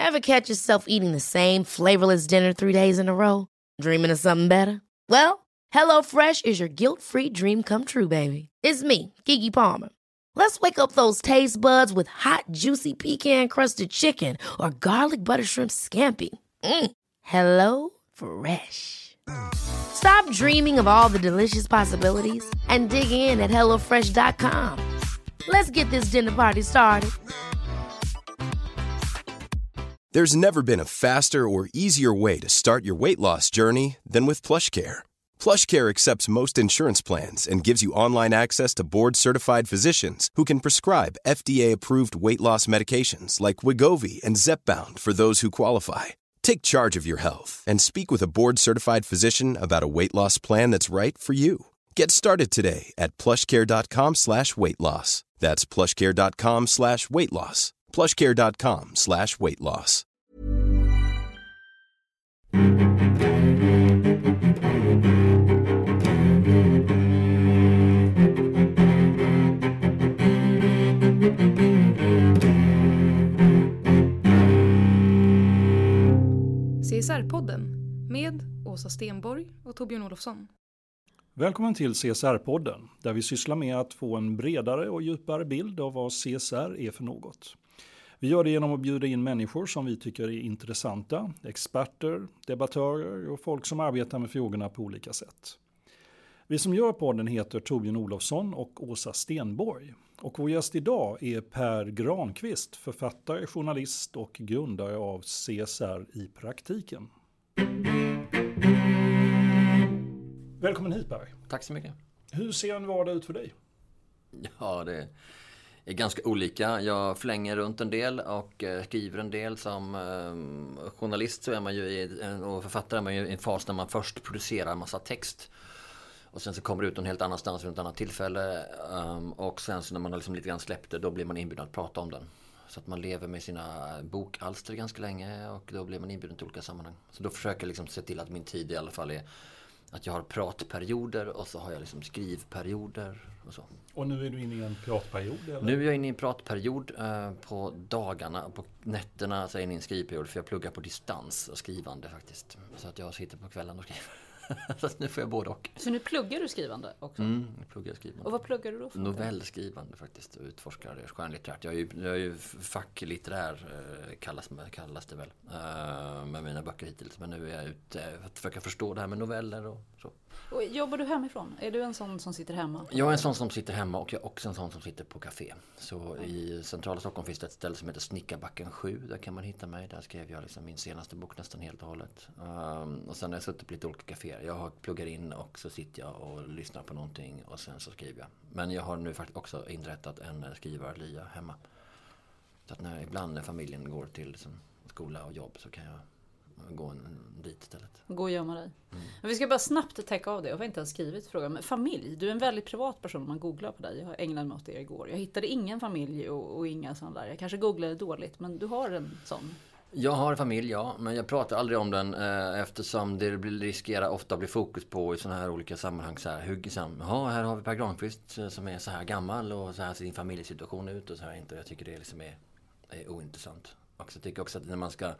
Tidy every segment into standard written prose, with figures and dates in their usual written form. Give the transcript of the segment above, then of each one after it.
Ever catch yourself eating the same flavorless dinner 3 days in a row? Dreaming of something better? Well, HelloFresh is your guilt-free dream come true, baby. It's me, Keke Palmer. Let's wake up those taste buds with hot, juicy pecan-crusted chicken or garlic butter shrimp scampi. Hello Fresh. Stop dreaming of all the delicious possibilities and dig in at HelloFresh.com. Let's get this dinner party started. There's never been a faster or easier way to start your weight loss journey than with PlushCare. PlushCare accepts most insurance plans and gives you online access to board-certified physicians who can prescribe FDA-approved weight loss medications like Wegovy and Zepbound for those who qualify. Take charge of your health and speak with a board-certified physician about a weight loss plan that's right for you. Get started today at plushcare.com/weightloss. That's plushcare.com/weightloss. plushcare.com/weightloss. CSR-podden med Åsa Stenborg och Torbjörn Olofsson. Välkommen till CSR-podden där vi sysslar med att få en bredare och djupare bild av vad CSR är för något. Vi gör det genom att bjuda in människor som vi tycker är intressanta, experter, debattörer och folk som arbetar med frågorna på olika sätt. Vi som gör podden heter Torbjörn Olofsson och Åsa Stenborg. Och vår gäst idag är Per Granqvist, författare, journalist och grundare av CSR i praktiken. Välkommen hit Per. Tack så mycket. Hur ser en vardag ut för dig? Ja, det är ganska olika. Jag flänger runt en del och skriver en del. Som journalist så är man ju och författare är man ju i en fas när man först producerar en massa text. Och sen så kommer det ut någon helt annanstans vid något annat tillfälle. Och sen så när man har liksom lite grann släppt det, då blir man inbjuden att prata om den. Så att man lever med sina bokalster ganska länge och då blir man inbjuden till olika sammanhang. Så då försöker jag liksom se till att min tid i alla fall är att jag har pratperioder och så har jag liksom skrivperioder och så. Och nu är du inne i en pratperiod? Eller? Nu är jag inne i en pratperiod på dagarna. På nätterna så är jag inne i en skrivperiod för jag pluggar på distans och skrivande faktiskt. Så att jag sitter på kvällen och skriver. Så att nu får jag både och. Så nu pluggar du skrivande också? Jag pluggar skrivande. Och vad pluggar du då för? Novellskrivande faktiskt och utforskar skönlitterärt. Jag är ju facklitterär kallas det väl med mina böcker hittills. Men nu är jag ute för att försöka förstå det här med noveller och så. Och jobbar du hemifrån? Är du en sån som sitter hemma? Jag är en sån som sitter hemma och jag är också en sån som sitter på café. Så i centrala Stockholm finns det ett ställe som heter Snickarbacken 7. Där kan man hitta mig. Där skrev jag liksom min senaste bok nästan helt och hållet. Och sen har jag suttit på lite olika kaféer. Jag pluggar in och så sitter jag och lyssnar på någonting och sen så skriver jag. Men jag har nu faktiskt också inrättat en skrivarlya hemma. Så att ibland när familjen går till skola och jobb så kan jag gå dit istället. Gå och gömma dig. Men vi ska bara snabbt täcka av det. Jag har inte ens skrivit frågan. Men familj, du är en väldigt privat person om man googlar på dig. Jag ägnade mig åt det igår. Jag hittade ingen familj och inga sådana där. Jag kanske googlade dåligt, men du har en sån. Jag har en familj, ja. Men jag pratar aldrig om den eftersom det riskerar ofta att bli fokus på i sådana här olika sammanhang. Så här, här har vi Per Granqvist som är så här gammal och så här ser din familjesituation ut och så här inte. Jag tycker det liksom är ointressant. Och så tycker jag också att när man ska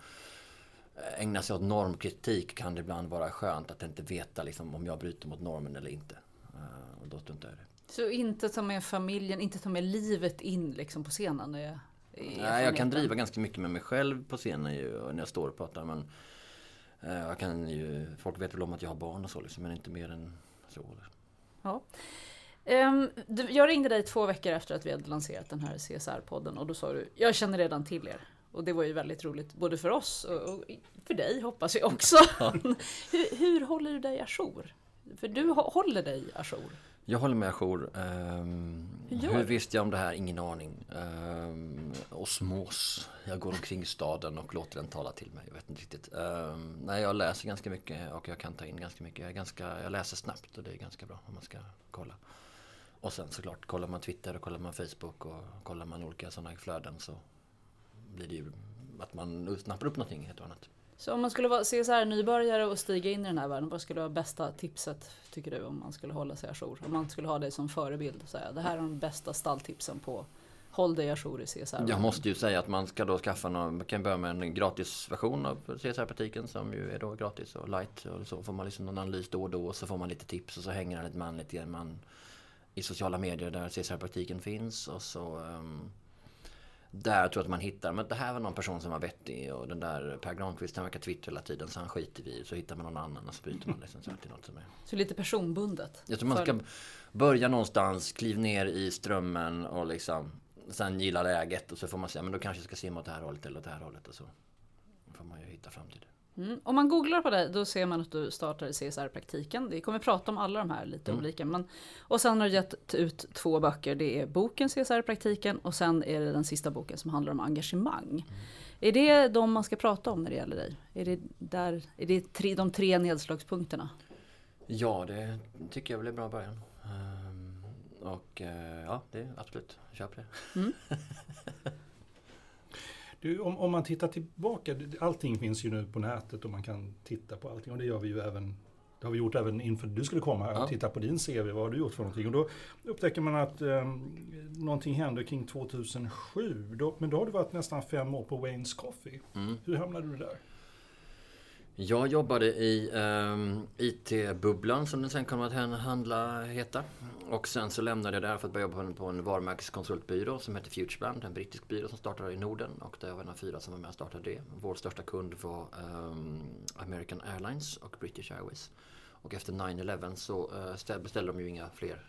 ägna sig åt normkritik kan det ibland vara skönt att inte veta liksom, om jag bryter mot normen eller inte. Och då struntar jag det. Så inte ta med familjen, inte ta med livet in liksom, på scenen? Nej, jag kan driva ganska mycket med mig själv på scenen när jag står och pratar. Men jag kan ju, folk vet väl om att jag har barn och så, liksom, men inte mer än så. Ja. Jag ringde dig 2 veckor efter att vi hade lanserat den här CSR-podden och då sa du, jag känner redan till er. Och det var ju väldigt roligt, både för oss och för dig hoppas jag också. Hur håller du dig ajour? För du håller dig ajour. Jag håller mig ajour. Hur visste jag om det här? Ingen aning. Osmos. Jag går omkring staden och låter den tala till mig. Jag vet inte riktigt. Nej, jag läser ganska mycket och jag kan ta in ganska mycket. Jag läser snabbt och det är ganska bra om man ska kolla. Och sen såklart kollar man Twitter och kollar man Facebook och kollar man olika sådana flöden så blir det ju att man snappar upp någonting helt annat. Så om man skulle vara CSR-nybörjare och stiga in i den här världen, vad skulle vara bästa tipset tycker du om man skulle hålla sig ajour? Om man skulle ha dig som förebild och säga, det här är de bästa stalltipsen på håll dig ajour i CSR. Jag måste ju säga att man ska då skaffa man kan börja med en gratisversion av CSR-praktiken som ju är då gratis och light, och så får man liksom någon analys då och då, och så får man lite tips, och så hänger han lite man i sociala medier där CSR-praktiken finns, och så där tror jag att man hittar, men det här var någon person som var vettig, och den där Per Granqvist, han verkar twittra hela tiden, så han skiter vi, så hittar man någon annan och så byter man liksom så till något som är. Så lite personbundet. Jag tror man ska börja någonstans, kliv ner i strömmen och liksom sen gilla läget, och så får man säga, men då kanske jag ska simma åt det här hållet eller åt det här hållet, och så får man ju hitta fram till det. Om man googlar på det, då ser man att du startar i CSR-praktiken. Vi kommer prata om alla de här lite olika. Och sen har du gett ut 2 böcker. Det är boken CSR-praktiken, och sen är det den sista boken som handlar om engagemang. Är det de man ska prata om när det gäller dig? Är det de 3 nedslagspunkterna? Ja, det tycker jag väl är bra början. Och ja, det är absolut. Köp det. Du, om man tittar tillbaka, allting finns ju nu på nätet och man kan titta på allting, och det gör vi ju även, det har vi gjort även inför du skulle komma och titta på din CV, vad har du gjort för någonting, och då upptäcker man att någonting hände kring 2007, men då har du varit nästan 5 år på Wayne's Coffee. Hur hamnade du där? Jag jobbade i IT-bubblan som den sen kom att heta. Och sen så lämnade jag där för att börja jobba på en varumärkeskonsultbyrå som heter Futurebrand, en brittisk byrå som startade i Norden. Och där var en av 4 som var med och startade det. Vår största kund var American Airlines och British Airways. Och efter 9/11 så beställde de ju inga fler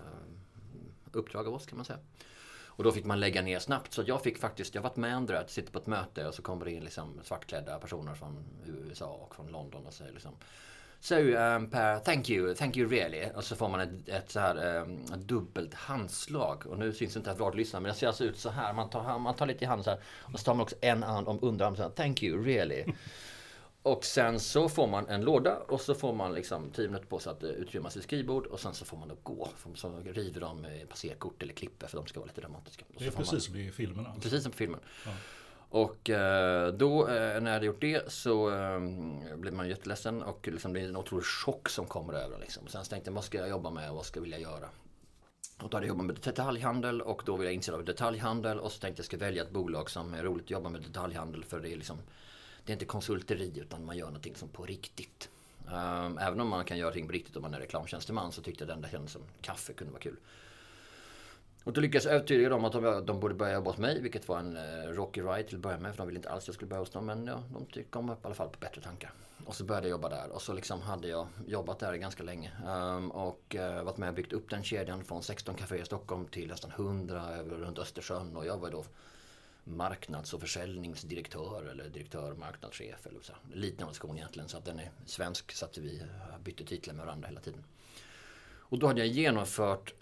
uppdrag av oss, kan man säga. Och då fick man lägga ner snabbt. Så jag har varit med andra att sitta på ett möte, och så kommer det in liksom svartklädda personer från USA och från London och säger liksom So Per, thank you really. Och så får man ett så här dubbelt handslag. Och nu syns inte att vad lyssnar, men det ser alltså ut så här. Man tar lite i hand så här, och så tar man också en hand om underarm så här, thank you really. Och sen så får man en låda, och så får man liksom 10 minuter på sig att utrymma sitt skrivbord, och sen så får man då gå. Så river de med passerkort eller klipper, för de ska vara lite dramatiska. Det är precis som i filmen. Alltså. Precis som i filmen. Ja. Och då när jag hade gjort det så blev man jätteledsen, och liksom det är en otrolig chock som kommer över. Liksom. Sen tänkte jag, vad ska jag jobba med och vad ska jag vilja göra? Och då hade jag jobbat med detaljhandel, och då ville jag inse av detaljhandel, och så tänkte jag ska välja ett bolag som är roligt att jobba med detaljhandel, för det är liksom, det är inte konsulteri utan man gör någonting som på riktigt. Även om man kan göra ting på riktigt om man är reklamtjänsteman, så tyckte jag den där kändes som kaffe kunde vara kul. Och då lyckades jag övertyga dem att de borde börja jobba hos mig, vilket var en rocky ride till att börja med, för de ville inte alls att jag skulle börja hos dem, men ja, de kom upp i alla fall på bättre tankar. Och så började jag jobba där, och så liksom hade jag jobbat där ganska länge och varit med och byggt upp den kedjan från 16 kaféer i Stockholm till nästan 100 runt Östersjön, och jag var då marknads- och försäljningsdirektör eller direktör, marknadschef eller så. Liten organisation egentligen, så att den är svensk, så att vi bytte titlar med varandra hela tiden. Och då hade jag genomfört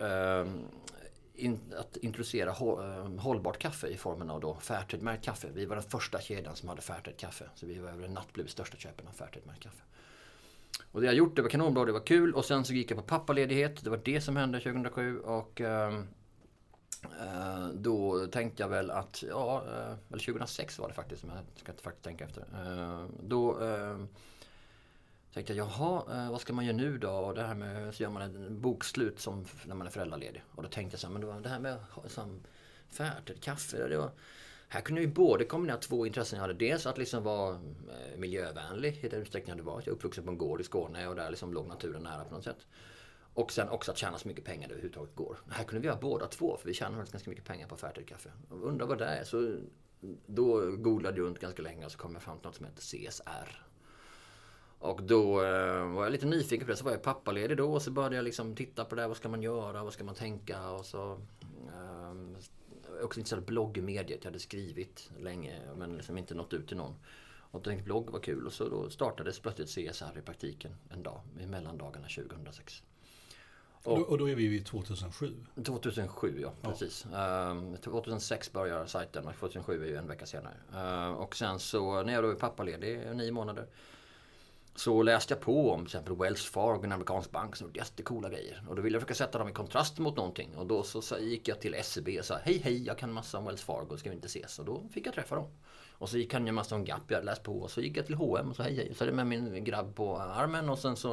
att introducera hållbart kaffe i formen av då Fairtrade-märkt kaffe. Vi var den första kedjan som hade Fairtrade-kaffe, så vi var över en natt blev största köpen av Fairtrade-märkt kaffe. Och det jag gjort, det var kanonbra, det var kul, och sen så gick jag på pappaledighet. Det var det som hände 2007, och då tänkte jag väl att, eller 2006 var det faktiskt, som jag ska inte faktiskt tänka efter. Då tänkte jag, vad ska man göra nu då? Och det här med, så gör man en bokslut som när man är föräldraledig. Och då tänkte jag så här, men det här med färdigt kaffe, det var, här kunde jag ju både kombinera 2 intressen jag hade. Dels att liksom vara miljövänlig i den utsträckning det var. Jag är uppvuxen på en gård i Skåne, och där liksom låg naturen nära på något sätt. Och sen också att tjäna så mycket pengar det överhuvudtaget går. Här kunde vi ha båda 2, för vi tjänar ganska mycket pengar på färdigt kaffe. Och undrar vad det är. Så då googlade jag runt ganska länge, och så kom jag fram till något som heter CSR. Och då var jag lite nyfiken på det, så var jag pappaledig då, och så började jag liksom titta på det, vad ska man göra, vad ska man tänka, och så också intresserad av bloggmediet. Jag hade skrivit länge men liksom inte nått ut till någon. Och tänkte blogg var kul, och så då startades plötsligt CSR i praktiken en dag i mellandagarna 2006. Och då är vi vid 2007? 2007, ja. Precis. 2006 börjar sajten, och 2007 är ju en vecka senare. Och sen så när jag då är pappaledig 9 månader, så läste jag på om till exempel Wells Fargo, en amerikansk bank, som gjorde jättecoola grejer. Och då ville jag försöka sätta dem i kontrast mot någonting. Och då så gick jag till SEB och sa, hej, jag kan massa om Wells Fargo, ska vi inte ses? Och då fick jag träffa dem. Och så kan jag massa om Gap, jag hade läst på. Och så gick jag till H&M och sa hej. Så hade jag med min grabb på armen, och sen så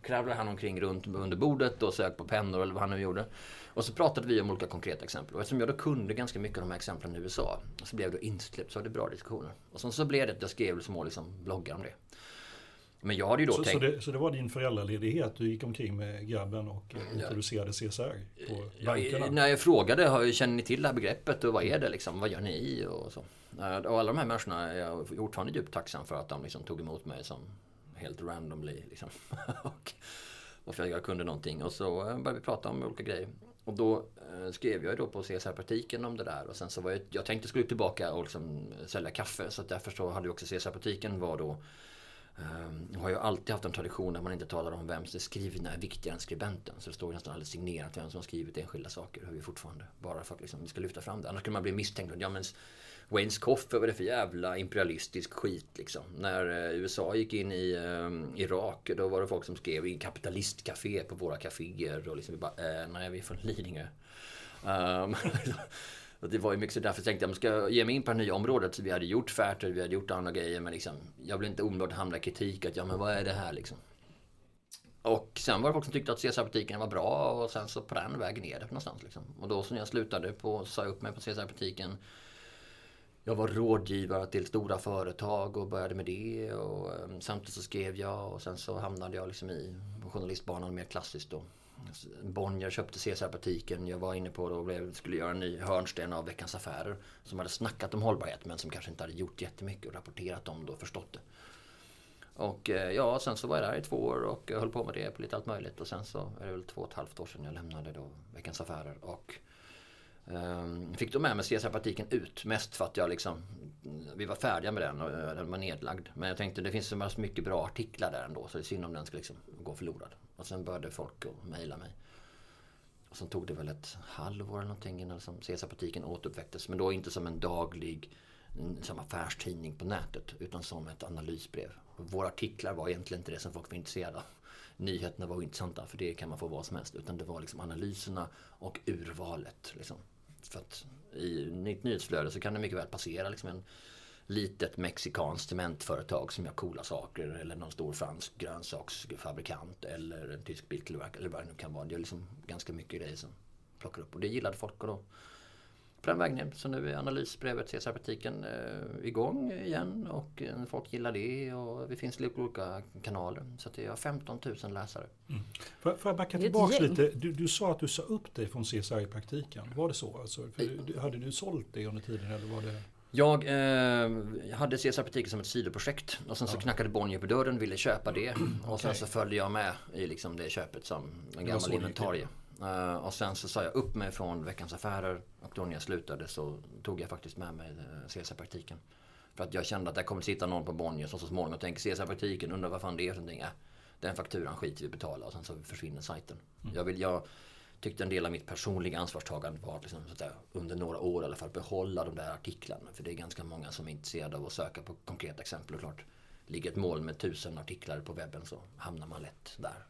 kravlade han omkring runt under bordet och sökte på pennor eller vad han nu gjorde. Och så pratade vi om olika konkreta exempel. Och eftersom jag då kunde ganska mycket av de här exemplen i USA så blev jag då insläppt, så var det bra diskussioner. Och så blev det att jag skrev små bloggar om det. Men jag hade ju då tänkt... Så det var din föräldraledighet, du gick omkring med grabben och introducerade CSR på bankerna? När jag frågade, känner ni till det här begreppet och vad är det liksom, vad gör ni och så. Och alla de här människorna är jag fortfarande djupt tacksam för att de tog emot mig som helt randomly och för att jag kunde någonting. Och så började vi prata om olika grejer. Och då skrev jag då på CSR-praktiken om det där. Och sen så var jag tänkte skulle tillbaka och sälja kaffe. Så därför så hade också CSR-praktiken var då har ju alltid haft en tradition där man inte talar om vem som skrivna är viktigare än skribenten. Så det står nästan alldeles signerat vem som har skrivit enskilda saker. Hur vi fortfarande bara för att vi ska lyfta fram det. Annars kan man bli misstänkt. Ja men Wayne's Coffee var det för jävla imperialistisk skit liksom. När USA gick in i Irak, då var det folk som skrev i kapitalistcafé på våra kaféer och vi bara, nej vi är från Lidingö. Och det var ju mycket så därför tänkte jag ska ge mig in på det nya området. Så vi hade gjort färter, vi hade gjort andra grejer. Men jag blev inte omedelbart hamna i kritik att men vad är det här liksom. Och sen var det folk som tyckte att CSR-praktiken var bra. Och sen så på den vägen ner det någonstans liksom. Och då så när jag slutade sa jag upp mig på CSR-praktiken. Jag var rådgivare till stora företag och började med det. Och samtidigt så skrev jag och sen så hamnade jag i journalistbanan mer klassiskt då. Bonnier köpte CSR-praktiken. Jag var inne på det och skulle göra en ny hörnsten av Veckans Affärer som hade snackat om hållbarhet men som kanske inte hade gjort jättemycket och rapporterat om det och förstått det. Och sen så var jag där i 2 år och höll på med det på lite allt möjligt och sen så är det väl 2,5 år sedan jag lämnade då Veckans Affärer och fick då med mig CSR-praktiken ut mest för att vi var färdiga med den och den var nedlagd. Men jag tänkte det finns så mycket bra artiklar där ändå så det är synd om den ska gå förlorad. Och sen började folk att mejla mig. Och sen tog det väl ett halvår eller någonting innan CSR-praktiken återuppväcktes. Men då inte som en daglig som affärstidning på nätet utan som ett analysbrev. Och våra artiklar var egentligen inte det som folk var intresserade av. Nyheterna var intressanta för det kan man få vad som helst. Utan det var analyserna och urvalet. För att i nyhetsflöde så kan det mycket väl passera en litet mexikanskt cementföretag som gör coola saker eller någon stor fransk grönsaksfabrikant eller en tysk biltillverkare eller vad det nu kan vara. Det är ganska mycket grejer som plockar upp och det gillade folk och då på den vägen. Så nu är analysbrevet CSR-praktiken igång igen och folk gillar det och vi finns i olika kanaler så att det är 15 000 läsare. Mm. Får jag backa tillbaka lite? Du sa att du sa upp dig från CSR-praktiken. Var det så? Hade du sålt det under tiden eller var det... Jag hade CSR-praktiken som ett sidoprojekt och sen så knackade Bonnier på dörren, ville köpa det och sen så följde jag med i det köpet som en gammal inventarie. Och sen så sa jag upp mig från Veckans Affärer och då när jag slutade så tog jag faktiskt med mig CSR-praktiken. För att jag kände att det kommer sitta någon på Bonnier som så småningom tänker CSR-praktiken, undrar vad fan det är för någonting. Den fakturan skiter vi betala och sen så försvinner sajten. Jag tyckte en del av mitt personliga ansvarstagande var att under några år i alla fall behålla de där artiklarna. För det är ganska många som är intresserade av att söka på konkreta exempel. Och klart, ligger ett mål med 1000 artiklar på webben så hamnar man lätt där.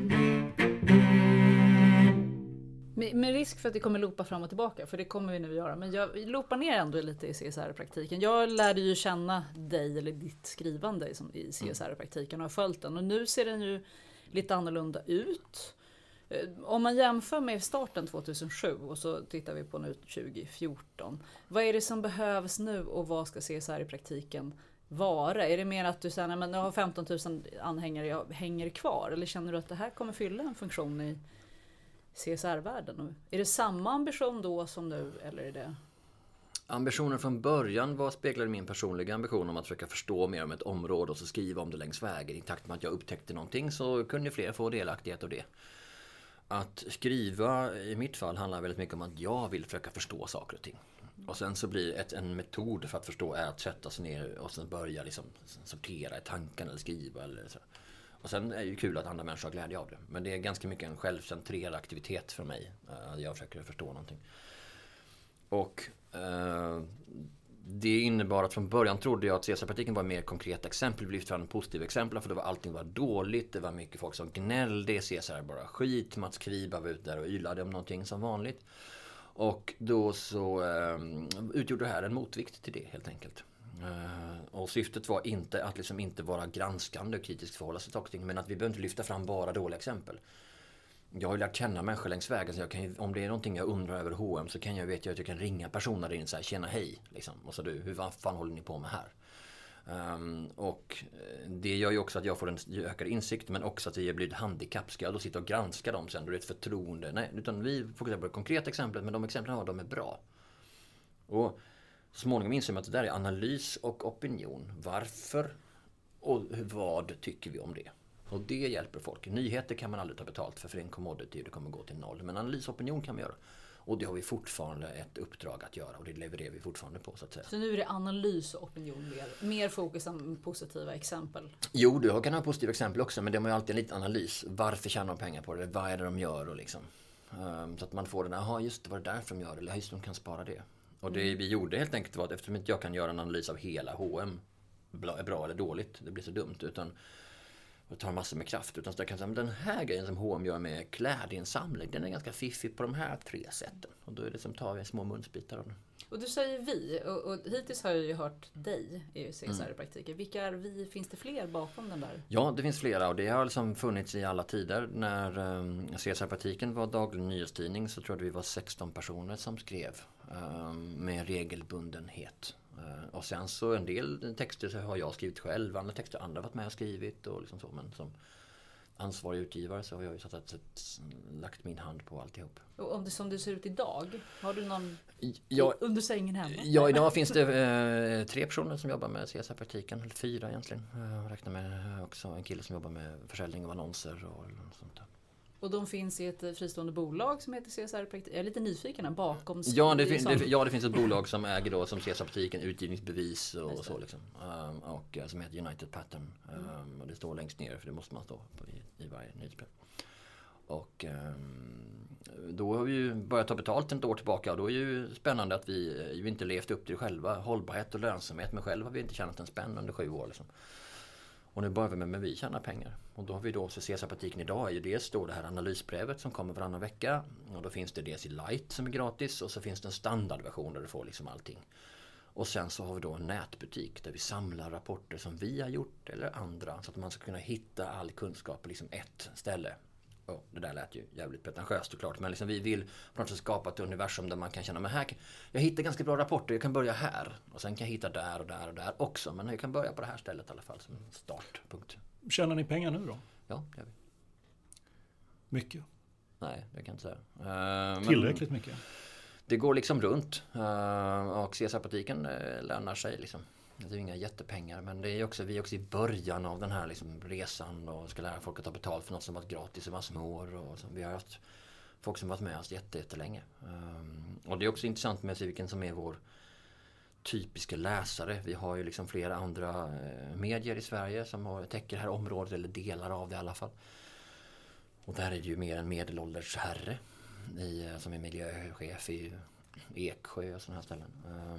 Med risk för att det kommer loopa fram och tillbaka, för det kommer vi nu göra. Men jag loopar ner ändå lite i CSR-praktiken. Jag lärde ju känna dig eller ditt skrivande i CSR-praktiken och har följt den. Och nu ser den ju lite annorlunda ut. Om man jämför med starten 2007 och så tittar vi på nu 2014. Vad är det som behövs nu och vad ska CSR i praktiken vara? Är det mer att du säger men jag har 15 000 anhängare, jag hänger kvar? Eller känner du att det här kommer fylla en funktion i CSR-världen? Är det samma ambition då som nu eller är det... Ambitionen från början speglade min personliga ambition om att försöka förstå mer om ett område och så skriva om det längs vägen. I takt med att jag upptäckte någonting så kunde fler få delaktighet av det. Att skriva i mitt fall handlar väldigt mycket om att jag vill försöka förstå saker och ting. Och sen så blir en metod för att förstå är att sätta sig ner och sen börja sortera i tanken eller skriva eller så. Och sen är det ju kul att andra människor har glädje av det. Men det är ganska mycket en självcentrerad aktivitet för mig. Jag försöker förstå någonting. Och det innebar att från början trodde jag att CSR-praktiken var mer konkret exempel. Vi lyfte fram positiva exempel för allting var dåligt. Det var mycket folk som gnällde. CSR bara skit. Mats Kriba var ute där och ylade om någonting som vanligt. Och då så utgjorde det här en motvikt till det helt enkelt. Och syftet var inte att liksom inte vara granskande och kritiskt förhålla sig till saker, men att vi behöver inte lyfta fram bara dåliga exempel. Jag har ju lärt känna människor längs vägen, så jag kan ju, om det är någonting jag undrar över H&M så kan jag veta att jag kan ringa personer in och säga tjena hej liksom. Och så du, vad fan håller ni på med här? Och det gör ju också att jag får en ökad insikt, men också att vi blir ett handikapp. Ska jag då sitta och granska dem sen? Då är det ett förtroende. Nej, utan vi fokuserar på det konkreta exemplet, men de exemplen de är bra. Och så småningom inser man att det där är analys och opinion. Varför och vad tycker vi om det? Och det hjälper folk. Nyheter kan man aldrig ta betalt för en commodity, det kommer gå till noll. Men analys och opinion kan man göra. Och det har vi fortfarande ett uppdrag att göra, och det levererar vi fortfarande på, så att säga. Så nu är det analys och opinion mer fokus än positiva exempel? Jo, du kan ha positiva exempel också, men det har ju alltid en liten analys. Varför tjänar de pengar på det? Vad är det de gör? Och liksom. Så att man får den här, just det, var det därför de gör det, eller just de kan spara det. Och det vi gjorde helt enkelt var att eftersom inte jag kan göra en analys av hela H&M, är bra eller dåligt, det blir så dumt, utan och tar massor med kraft, utan så kan säga, den här grejen som H&M gör med klädinsamling, den är ganska fiffig på de här 3 sätten. Och då är det som tar vi små munsbitar av den. Och du säger vi, och hittills har jag ju hört dig i CSR i praktiken. Vilka är vi? Finns det fler bakom den där? Ja, det finns flera, och det har liksom funnits i alla tider. När CSR-praktiken var daglig nyhetstidning så tror jag vi var 16 personer som skrev med regelbundenhet. Och sen så en del texter så har jag skrivit själv, andra texter andra varit med och skrivit och liksom så, men som ansvarig utgivare så har jag ju lagt min hand på alltihop. Och om det som det ser ut idag, har du någon under sängen hemma? Ja, idag finns det 3 personer som jobbar med CSR-praktiken, eller 4 egentligen. Jag räknar med också en kille som jobbar med försäljning av annonser och sånt där. Och de finns i ett fristående bolag som heter CSR-praktik. Jag är lite nyfiken här bakom. Det finns ett bolag som äger då som CSR-praktiken utgivningsbevis och så liksom. Och som heter United Pattern. Och det står längst ner, för det måste man stå på i varje nyhetsbrev. Och då har vi ju börjat ta betalt ett år tillbaka, och då är ju spännande att vi ju inte levt upp till det själva. Hållbarhet och lönsamhet, men själva har vi inte tjänat en spänn under 7 år liksom. Och nu börjar vi med vi tjänar pengar. Och då har vi då så CSR-praktiken idag är ju dels då det här analysbrevet som kommer varannan vecka. Och då finns det dels i Light som är gratis, och så finns det en standardversion där du får liksom allting. Och sen så har vi då en nätbutik där vi samlar rapporter som vi har gjort eller andra, så att man ska kunna hitta all kunskap på liksom ett ställe. Och det där lät ju jävligt pretentiöst såklart, men liksom vi vill på något sätt skapa ett universum där man kan känna, men här, jag hittar ganska bra rapporter, jag kan börja här. Och sen kan jag hitta där och där och där också, men jag kan börja på det här stället i alla fall som en startpunkt. Tjänar ni pengar nu då? Ja, det gör vi. Mycket? Nej, det kan jag inte säga. Tillräckligt mycket? Det går liksom runt, och CSR-praktiken lönar sig liksom. Det är inga jättepengar, men det är också, vi är också i början av den här liksom resan och ska lära folk att ta betalt för något som varit gratis i massor med år. Och så vi har haft folk som varit med oss jättelänge. Och det är också intressant med vilken som är vår typiska läsare. Vi har ju liksom flera andra medier i Sverige som täcker det här området, eller delar av det i alla fall. Och där är det ju mer en medelålders herre som är miljöchef i Eksjö och sådana här ställen.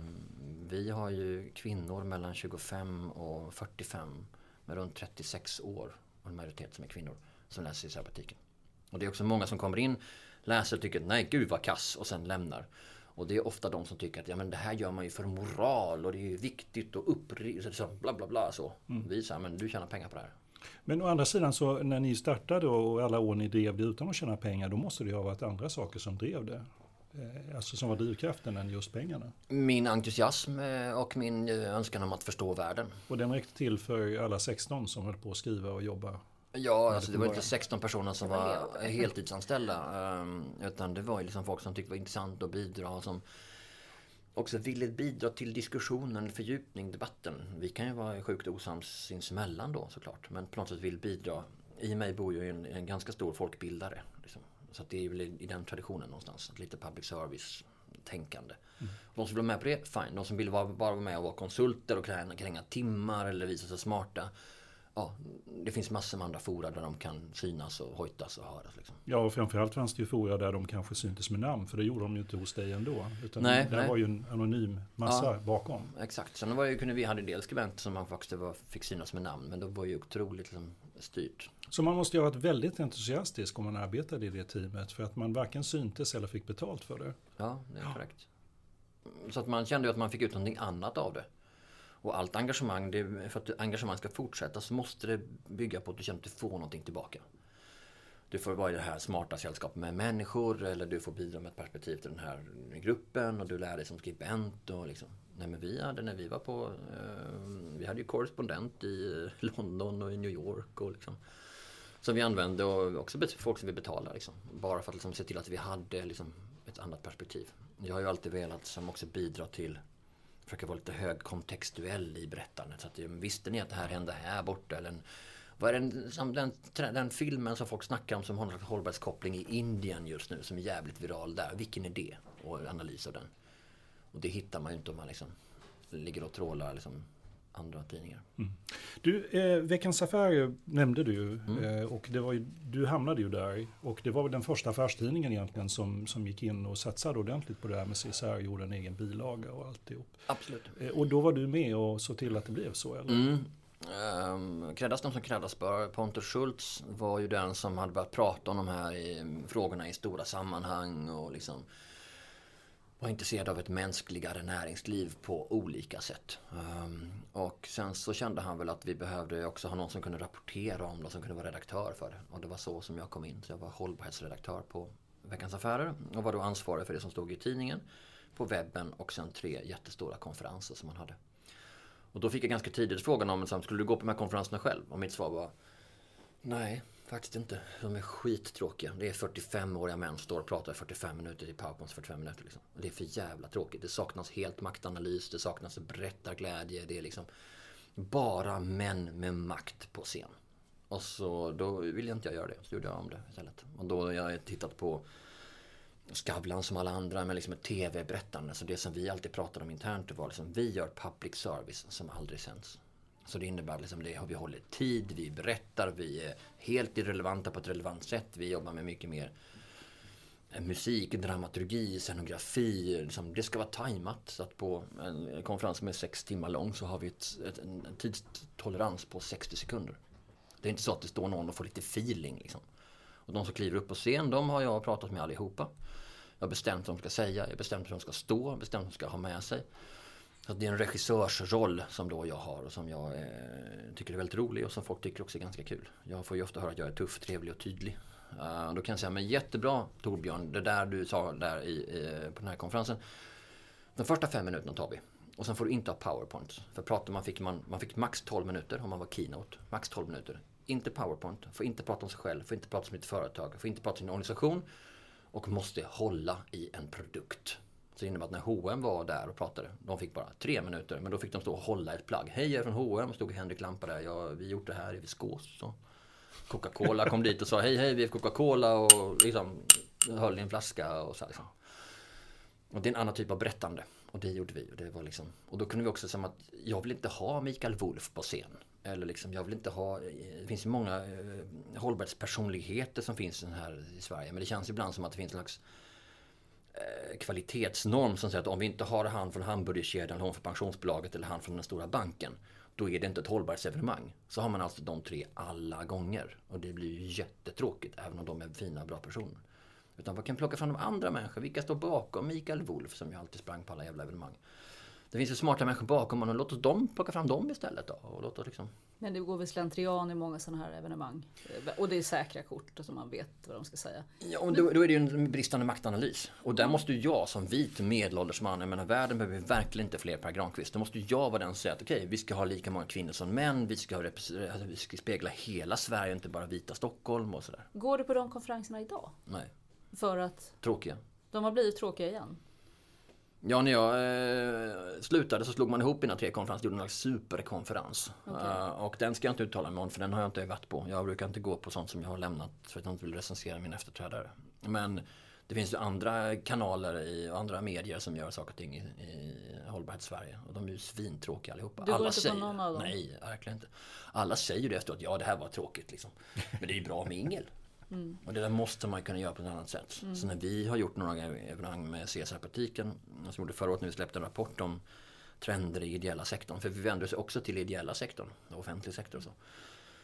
Vi har ju kvinnor mellan 25 och 45 med runt 36 år, och en majoritet som är kvinnor som läser CSR-praktiken. Och det är också många som kommer in, läser och tycker nej gud vad kass, och sen lämnar. Och det är ofta de som tycker att ja, men det här gör man ju för moral och det är ju viktigt och bla bla bla så. Vi säger men du tjänar pengar på det här. Men å andra sidan så när ni startade och alla år ni drev det utan att tjäna pengar, då måste det ju ha varit andra saker som drev det. Alltså som var drivkraften än just pengarna. Min entusiasm och min önskan om att förstå världen. Och den räckte till för alla 16 som höll på att skriva och jobba? Ja, alltså det var inte 16 personer som var heltidsanställda. Utan det var ju liksom folk som tyckte det var intressant att bidra, som också ville bidra till diskussionen, fördjupning, debatten. Vi kan ju vara sjukt osams sinsemellan då såklart, men på något sätt vill bidra. I mig bor ju en ganska stor folkbildare liksom. Så att det är väl i den traditionen någonstans, lite public service-tänkande. De som vill vara med på det, fine. De som vill bara vara med och vara konsulter och kränga timmar eller visa sig smarta, ja, det finns massor med andra fora där de kan synas och hojtas och höras. Liksom. Ja, och framförallt fanns det ju fora där de kanske syntes med namn, för det gjorde de ju inte hos dig ändå. Utan där var ju en anonym massa bakom. Exakt, sen var ju, vi hade en del skribenter som man faktiskt fick synas med namn, men då var ju otroligt liksom, styrt. Så man måste ju ha varit väldigt entusiastisk om man arbetade i det teamet, för att man varken syntes eller fick betalt för det. Ja, det är korrekt. Så att man kände ju att man fick ut någonting annat av det. Och allt engagemang, för att engagemang ska fortsätta så måste det bygga på att du känner att du får någonting tillbaka. Du får vara i det här smarta sällskapet med människor, eller du får bidra med ett perspektiv till den här gruppen, och du lär dig som skribent. Och liksom. Nej, men när vi var på, vi hade ju korrespondent i London och i New York och liksom, som vi använde, och också folk som vi betalar liksom, bara för att liksom se till att vi hade liksom ett annat perspektiv. Jag har ju alltid velat som också bidra till, försöka vara lite högkontextuell i berättandet, så att visste ni att det här hände här borta, eller vad är den filmen som folk snackar om som har en hållbarhetskoppling i Indien just nu, som är jävligt viral där, vilken är det? Och analys av den. Och det hittar man ju inte om man liksom ligger och trålar liksom andra tidningar. Mm. Du, Veckans Affärer nämnde du ju, och det var ju, du hamnade ju där, och det var väl den första affärstidningen egentligen som gick in och satsade ordentligt på det här med CSR, gjorde en egen bilaga och alltihop. Absolut. Och då var du med och så till att det blev så, eller? Kräddas de som kräddas bör. Pontus Schultz var ju den som hade börjat prata om de här frågorna i stora sammanhang, och liksom var intresserad av ett mänskligare näringsliv på olika sätt. Och sen så kände han väl att vi behövde också ha någon som kunde rapportera om det, som kunde vara redaktör för det. Och det var så som jag kom in. Så jag var hållbarhetsredaktör på Veckans Affärer och var då ansvarig för det som stod i tidningen, på webben, och sen 3 jättestora konferenser som man hade. Och då fick jag ganska tidigt frågan om, skulle du gå på de här konferenserna själv? Och mitt svar var, nej, faktiskt inte. De är skittråkiga. Det är 45-åriga män som står och pratar 45 minuter i PowerPoint, 45 minuter liksom. Och det är för jävla tråkigt. Det saknas helt maktanalys, det saknas berättarglädje. Det är liksom bara män med makt på scen. Och så då ville inte jag göra det. Så gjorde jag om det istället. Och då har jag tittat på Skavlan som alla andra, med liksom ett tv-berättande. Så det som vi alltid pratade om internt var liksom, vi gör public service som aldrig sänds. Så det innebär liksom det, vi håller tid, vi berättar, vi är helt irrelevanta på ett relevant sätt. Vi jobbar med mycket mer musik, dramaturgi, scenografi. Liksom, det ska vara tajmat. Så att på en konferens som är 6 timmar lång så har vi en tidstolerans på 60 sekunder. Det är inte så att det står någon och får lite feeling liksom. Och de som kliver upp på scen, de har jag pratat med allihopa. Jag har bestämt vad de ska säga, jag har bestämt hur de ska stå, jag har bestämt vad de ska ha med sig. Så det är en regissörsroll som då jag har, och som jag tycker är väldigt rolig, och som folk tycker också är ganska kul. Jag får ju ofta höra att jag är tuff, trevlig och tydlig. Då kan jag säga, men jättebra Torbjörn, det där du sa där på den här konferensen. De första 5 minuterna tar vi. Och sen får du inte ha PowerPoint. För pratar man fick max 12 minuter om man var keynote. Max 12 minuter. Inte PowerPoint, får inte prata om sig själv, får inte prata om sitt företag, får inte prata om sin organisation, och måste hålla i en produkt. Så det innebär att när H&M var där och pratade, de fick bara 3 minuter, men då fick de stå och hålla ett plagg. Hej, jag är från H&M, stod Henrik Lampa där, vi gjort det här i Viskås. Coca-Cola kom dit och sa hej, vi är Coca-Cola, och liksom höll i en flaska och så här, liksom. Och det är en annan typ av berättande, och det gjorde vi, och det var liksom, och då kunde vi också säga att jag vill inte ha Mikael Wolf på scen. Eller liksom, jag vill inte ha, det finns ju många hållbarhetspersonligheter som finns här i Sverige, men det känns ibland som att det finns en slags kvalitetsnorm som säger att om vi inte har han från hamburgerkedjan, eller han från pensionsbolaget, eller han från den stora banken, då är det inte ett hållbarhetsevenemang. Så har man alltså de 3 alla gånger, och det blir ju jättetråkigt, även om de är fina, bra personer. Utan man kan plocka fram de andra människor, vilka står bakom Mikael Wolf som ju alltid sprang på alla jävla evenemang. Det finns ju smarta människor bakom, och låt oss plocka fram dem istället då. Och låt oss liksom. Men det går väl slentrian i många sådana här evenemang. Och det är säkra kort, så man vet vad de ska säga. Ja, och då är det ju en bristande maktanalys. Och där måste ju jag som vit medelålders man, jag menar, världen behöver verkligen inte fler Per Granqvist. Då måste jag vara den som säger att okej, vi ska ha lika många kvinnor som män. Vi ska spegla hela Sverige, inte bara vita Stockholm och sådär. Går du på de konferenserna idag? Nej. För att? Tråkiga. De har blivit tråkiga igen. Ja, när jag slutade så slog man ihop mina 3 konferenser, gjorde en superkonferens. Okay. Och den ska jag inte uttala mig om, för den har jag inte varit på. Jag brukar inte gå på sånt som jag har lämnat, för att jag inte vill recensera min efterträdare. Men det finns ju andra kanaler och andra medier som gör saker och ting i hållbarhetssverige. Och de är ju svintråkiga allihopa. Du går inte på någon av dem? Nej, verkligen inte. Alla säger ju det efteråt, ja det här var tråkigt liksom. Men det är ju bra mingel. Mm. Och det där måste man kunna göra på ett annat sätt. Så när vi har gjort några evenemang med CSR-politiken, som gjorde förra året när vi släppte en rapport om trender i ideella sektorn, för vi vänder oss också till ideella sektorn, offentlig sektor och så.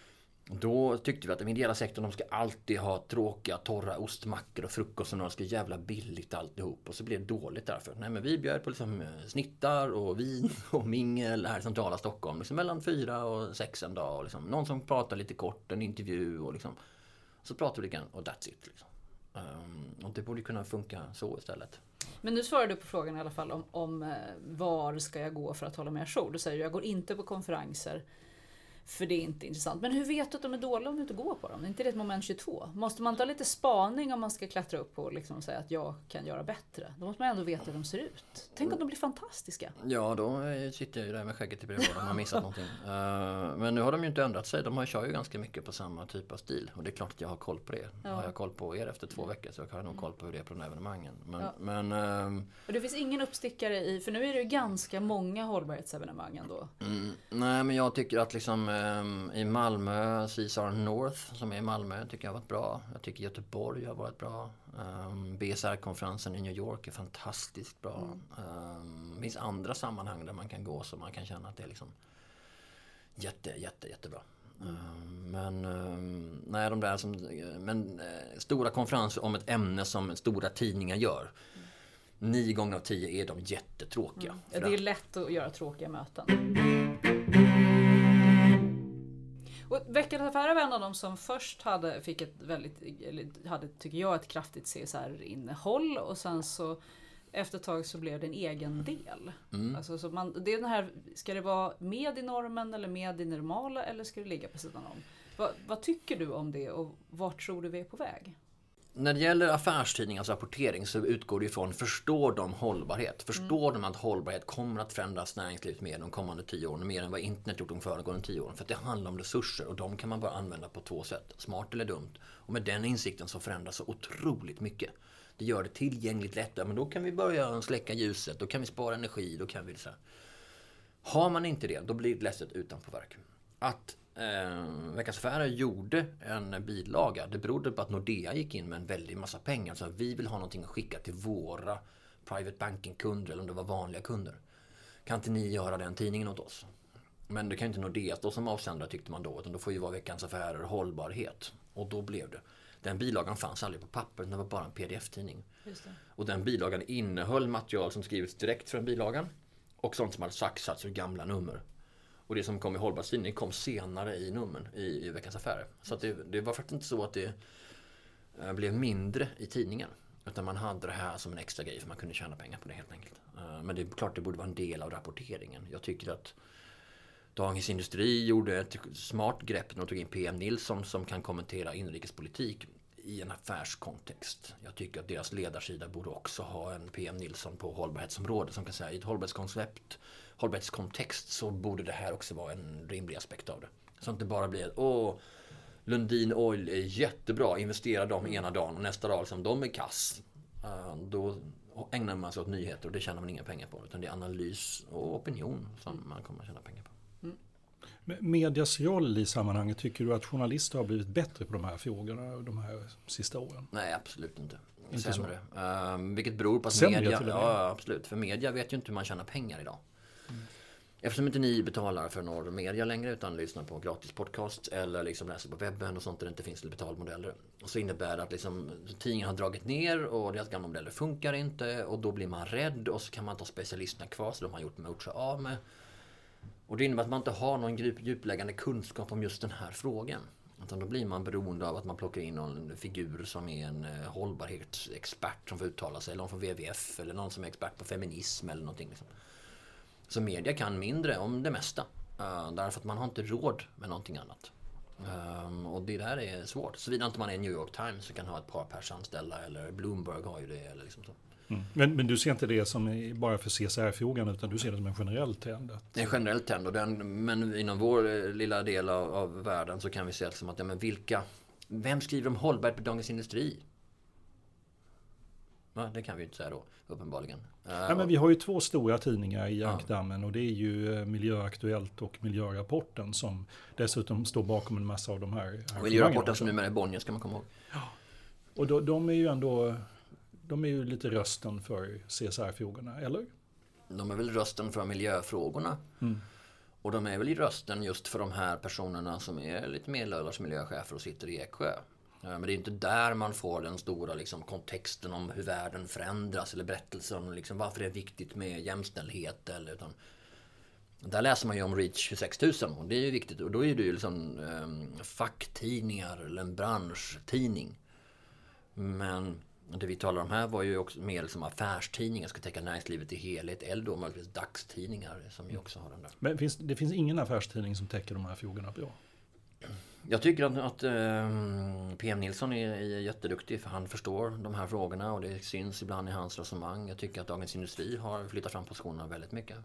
Då tyckte vi att den ideella sektorn, de ska alltid ha tråkiga, torra ostmackor och frukost och de ska jävla billigt alltihop. Och så blev det dåligt därför. Nej, men vi bjöd på liksom snittar och vin och mingel här i centrala Stockholm. Liksom mellan 4 och 6 en dag. Och liksom. Någon som pratar lite kort, en intervju och liksom. Så pratar vi lite grann och that's it. Liksom. Och det borde kunna funka så istället. Men nu svarar du på frågan i alla fall om var ska jag gå för att hålla mig ajour. Du säger jag går inte på konferenser. För det är inte intressant. Men hur vet du att de är dåliga om du inte går på dem? Är inte det ett moment 22? Måste man ta lite spaning om man ska klättra upp och liksom säga att jag kan göra bättre? Då måste man ändå veta hur de ser ut. Tänk om de blir fantastiska. Ja, då sitter jag ju där med skägget i brevlådan och har missat någonting. Men nu har de ju inte ändrat sig. De kör ju ganska mycket på samma typ av stil. Och det är klart att jag har koll på det. Ja. Har jag koll på er efter 2 veckor så har jag nog koll på hur det är på de evenemangen. Och det finns ingen uppstickare i, för nu är det ju ganska många hållbarhetsevenemang ändå. Nej, men jag tycker att liksom i Malmö, CSR North som är i Malmö tycker jag har varit bra. Jag tycker Göteborg har varit bra. BSR-konferensen i New York är fantastiskt bra. Det finns andra sammanhang där man kan gå så man kan känna att det är liksom jättebra. Nej, de där stora konferenser om ett ämne som stora tidningar gör. 9 gånger av 10 är de jättetråkiga. Det är lätt att göra tråkiga möten. Och Veckans Affärer var en av dem som först hade tycker jag ett kraftigt CSR-innehåll och sen så efter ett tag så blev det en egen del. Alltså, så det är den här, ska det vara med i normen eller med i normala eller ska det ligga på sidan om? Vad tycker du om det och vart tror du vi är på väg? När det gäller affärstidningars rapportering så utgår det ifrån, förstår de hållbarhet? Förstår de att hållbarhet kommer att förändras näringslivet mer de kommande 10 åren, mer än vad internet gjort de föregående 10 åren? För att det handlar om resurser och de kan man bara använda på 2 sätt, smart eller dumt. Och med den insikten så förändras så otroligt mycket. Det gör det tillgängligt lättare, men då kan vi börja släcka ljuset, då kan vi spara energi, då kan vi så här. Har man inte det, då blir det lätt utanpåverk. Att Veckans Affärer gjorde en bilaga, det berodde på att Nordea gick in med en väldig massa pengar. Så vi vill ha någonting att skicka till våra private banking-kunder eller om det var vanliga kunder. Kan inte ni göra den tidningen åt oss? Men det kan inte Nordea stå som avsändare tyckte man då, utan då får ju vara Veckans Affärer hållbarhet. Och då blev det. Den bilagan fanns aldrig på papper, det var bara en pdf-tidning. Just det. Och den bilagan innehöll material som skrivits direkt från bilagan och sånt som hade saxats ur gamla nummer. Och det som kom i hållbarhetstidningen kom senare i numren i Veckans Affärer. Så att det var faktiskt inte så att det blev mindre i tidningen. Utan man hade det här som en extra grej för man kunde tjäna pengar på det helt enkelt. Men det är klart det borde vara en del av rapporteringen. Jag tycker att Dagens Industri gjorde ett smart grepp när de tog in PM Nilsson som kan kommentera inrikespolitik i en affärskontext. Jag tycker att deras ledarsida borde också ha en PM Nilsson på hållbarhetsområdet som kan säga i ett hållbarhetskoncept, hållbarhetskontext så borde det här också vara en rimlig aspekt av det. Så att det bara blir Lundin Oil är jättebra, investera dem ena dagen och nästa dag liksom, de är kass. Då ägnar man sig åt nyheter och det tjänar man inga pengar på utan det är analys och opinion som man kommer att tjäna pengar på. Medias roll i sammanhanget, tycker du att journalister har blivit bättre på de här frågorna de här sista åren? Nej, absolut inte. Sämre. Vilket beror på att sämre, media... Ja, absolut. För media vet ju inte hur man tjänar pengar idag. Eftersom inte ni betalar för några media längre utan lyssnar på gratis podcast eller liksom läser på webben och sånt där det inte finns betalmodeller. Och så innebär det att liksom, tidningen har dragit ner och deras gamla modeller funkar inte och då blir man rädd och så kan man ta specialisterna kvar så de har gjort sig av med. Och det innebär att man inte har någon djupläggande kunskap om just den här frågan. Utan då blir man beroende av att man plockar in någon figur som är en hållbarhetsexpert som får uttala sig. Eller någon från WWF eller någon som är expert på feminism eller någonting. Liksom. Så media kan mindre om det mesta. Därför att man har inte råd med någonting annat. Och det där är svårt. Såvida inte man är New York Times så kan ha ett par pers anställda eller Bloomberg har ju det eller liksom så. Men du ser inte det som bara för CSR-frågan utan du ser det som en generell trend? Det är en generell trend men inom vår lilla del av världen så kan vi se som att vem skriver om hållbarhet på Dagens Industri? Ja, det kan vi inte säga då, uppenbarligen. Ja, men vi har ju 2 stora tidningar i ankdammen och det är ju Miljöaktuellt och Miljörapporten som dessutom står bakom en massa av de här. Miljörapporten som numera är Bonnier ska man komma ihåg. Ja. Och de är ju ändå... De är ju lite rösten för CSR-frågorna, eller? De är väl rösten för miljöfrågorna. Och de är väl i rösten just för de här personerna som är lite medelålders miljöchefer och sitter i Eksjö. Men det är inte där man får den stora liksom, kontexten om hur världen förändras eller berättelsen om liksom, varför det är viktigt med jämställdhet. Utan, där läser man ju om Reach 26000 och det är ju viktigt. Och då är det ju liksom facktidningar eller en branschtidning. Men det vi talar om här var ju också mer som affärstidningar, ska täcka näringslivet i helhet, eller då möjligtvis dagstidningar som ju också har den där. Men det finns ingen affärstidning som täcker de här frågorna bra? Jag tycker att PM Nilsson är jätteduktig, för han förstår de här frågorna och det syns ibland i hans resonemang. Jag tycker att Dagens Industri har flyttat fram positionerna väldigt mycket.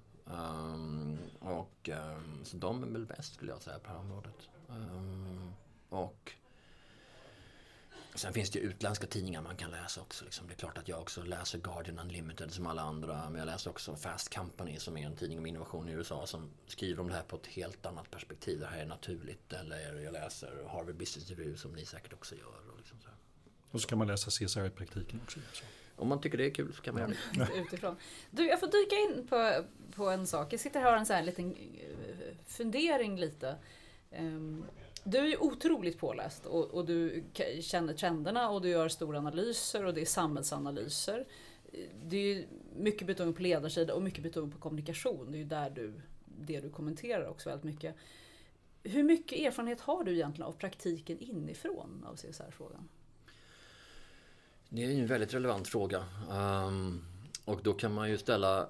Så de är väl bäst, skulle jag säga, på det här området. Och sen finns det ju utländska tidningar man kan läsa också. Liksom. Det är klart att jag också läser Guardian Unlimited som alla andra. Men jag läser också Fast Company som är en tidning om innovation i USA som skriver om det här på ett helt annat perspektiv. Det här är naturligt. Eller jag läser Harvard Business Review som ni säkert också gör. Och, liksom så. Och så kan man läsa CSR i praktiken också. Så. Om man tycker det är kul så kan man göra det. Utifrån. Du, jag får dyka in på en sak. Jag sitter här och har en sån här liten fundering lite. Du är ju otroligt påläst och du känner trenderna och du gör stora analyser och det är samhällsanalyser. Det är ju mycket betoning på ledarsida och mycket betoning på kommunikation. Det är ju där det du kommenterar också väldigt mycket. Hur mycket erfarenhet har du egentligen av praktiken inifrån av CSR-frågan? Det är ju en väldigt relevant fråga. Och då kan man ju ställa...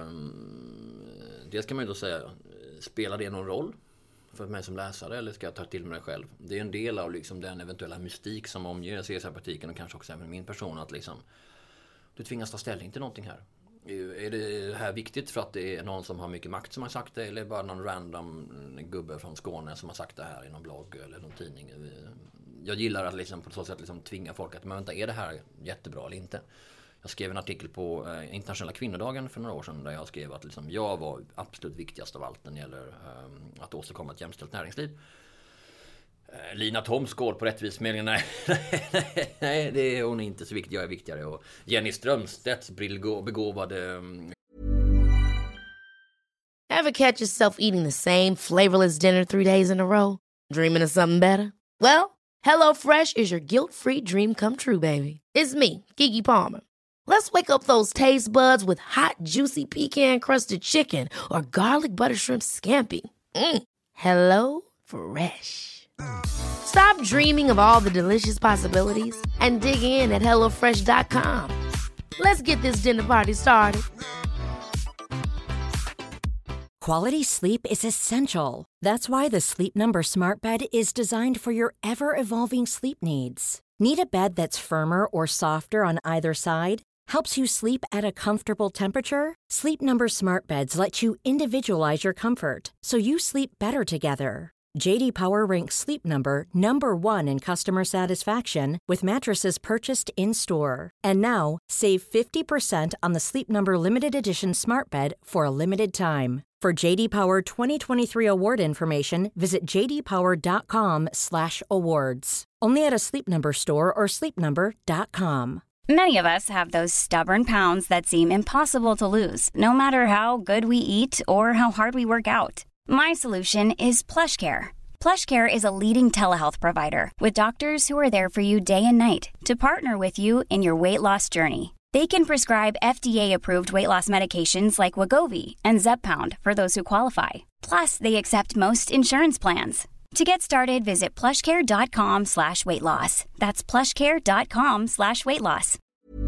dels kan man ju då säga, spelar det någon roll för mig som läsare eller ska jag ta till mig det själv? Det är en del av liksom den eventuella mystik som omger CSR-praktiken och kanske också även min person, att liksom, du tvingas ta ställning till någonting här. Är det här viktigt för att det är någon som har mycket makt som har sagt det, eller bara någon random gubbe från Skåne som har sagt det här i någon blogg eller någon tidning? Jag gillar att liksom på så sätt liksom tvinga folk att, men vänta, är det här jättebra eller inte? Jag skrev en artikel på internationella kvinnodagen för några år sedan där jag skrev att liksom jag var absolut viktigast av allt när det gäller att åstadkomma ett jämställt näringsliv. Lina Thomsgård på Rättvisförmedlingen, nej, det är hon inte så viktig, jag är viktigare. Och Jenny Strömstedts begåvade... Ever catch yourself eating the same flavorless dinner 3 days in a row? Dreaming of something better? Well, HelloFresh is your guilt-free dream come true, baby. It's me, Keke Palmer. Let's wake up those taste buds with hot, juicy pecan-crusted chicken or garlic butter shrimp scampi. Hello Fresh. Stop dreaming of all the delicious possibilities and dig in at HelloFresh.com. Let's get this dinner party started. Quality sleep is essential. That's why the Sleep Number Smart Bed is designed for your ever-evolving sleep needs. Need a bed that's firmer or softer on either side? Helps you sleep at a comfortable temperature? Sleep Number Smart Beds let you individualize your comfort so you sleep better together. JD Power ranks Sleep Number #1 in customer satisfaction with mattresses purchased in-store. And now, save 50% on the Sleep Number Limited Edition Smart Bed for a limited time. For JD Power 2023 award information, visit jdpower.com/awards. Only at a Sleep Number store or sleepnumber.com. Many of us have those stubborn pounds that seem impossible to lose, no matter how good we eat or how hard we work out. My solution is PlushCare. PlushCare is a leading telehealth provider with doctors who are there for you day and night to partner with you in your weight loss journey. They can prescribe FDA-approved weight loss medications like Wegovy and Zepbound for those who qualify. Plus, they accept most insurance plans. To get started, visit plushcare.com/weightloss. That's plushcare.com/weightloss.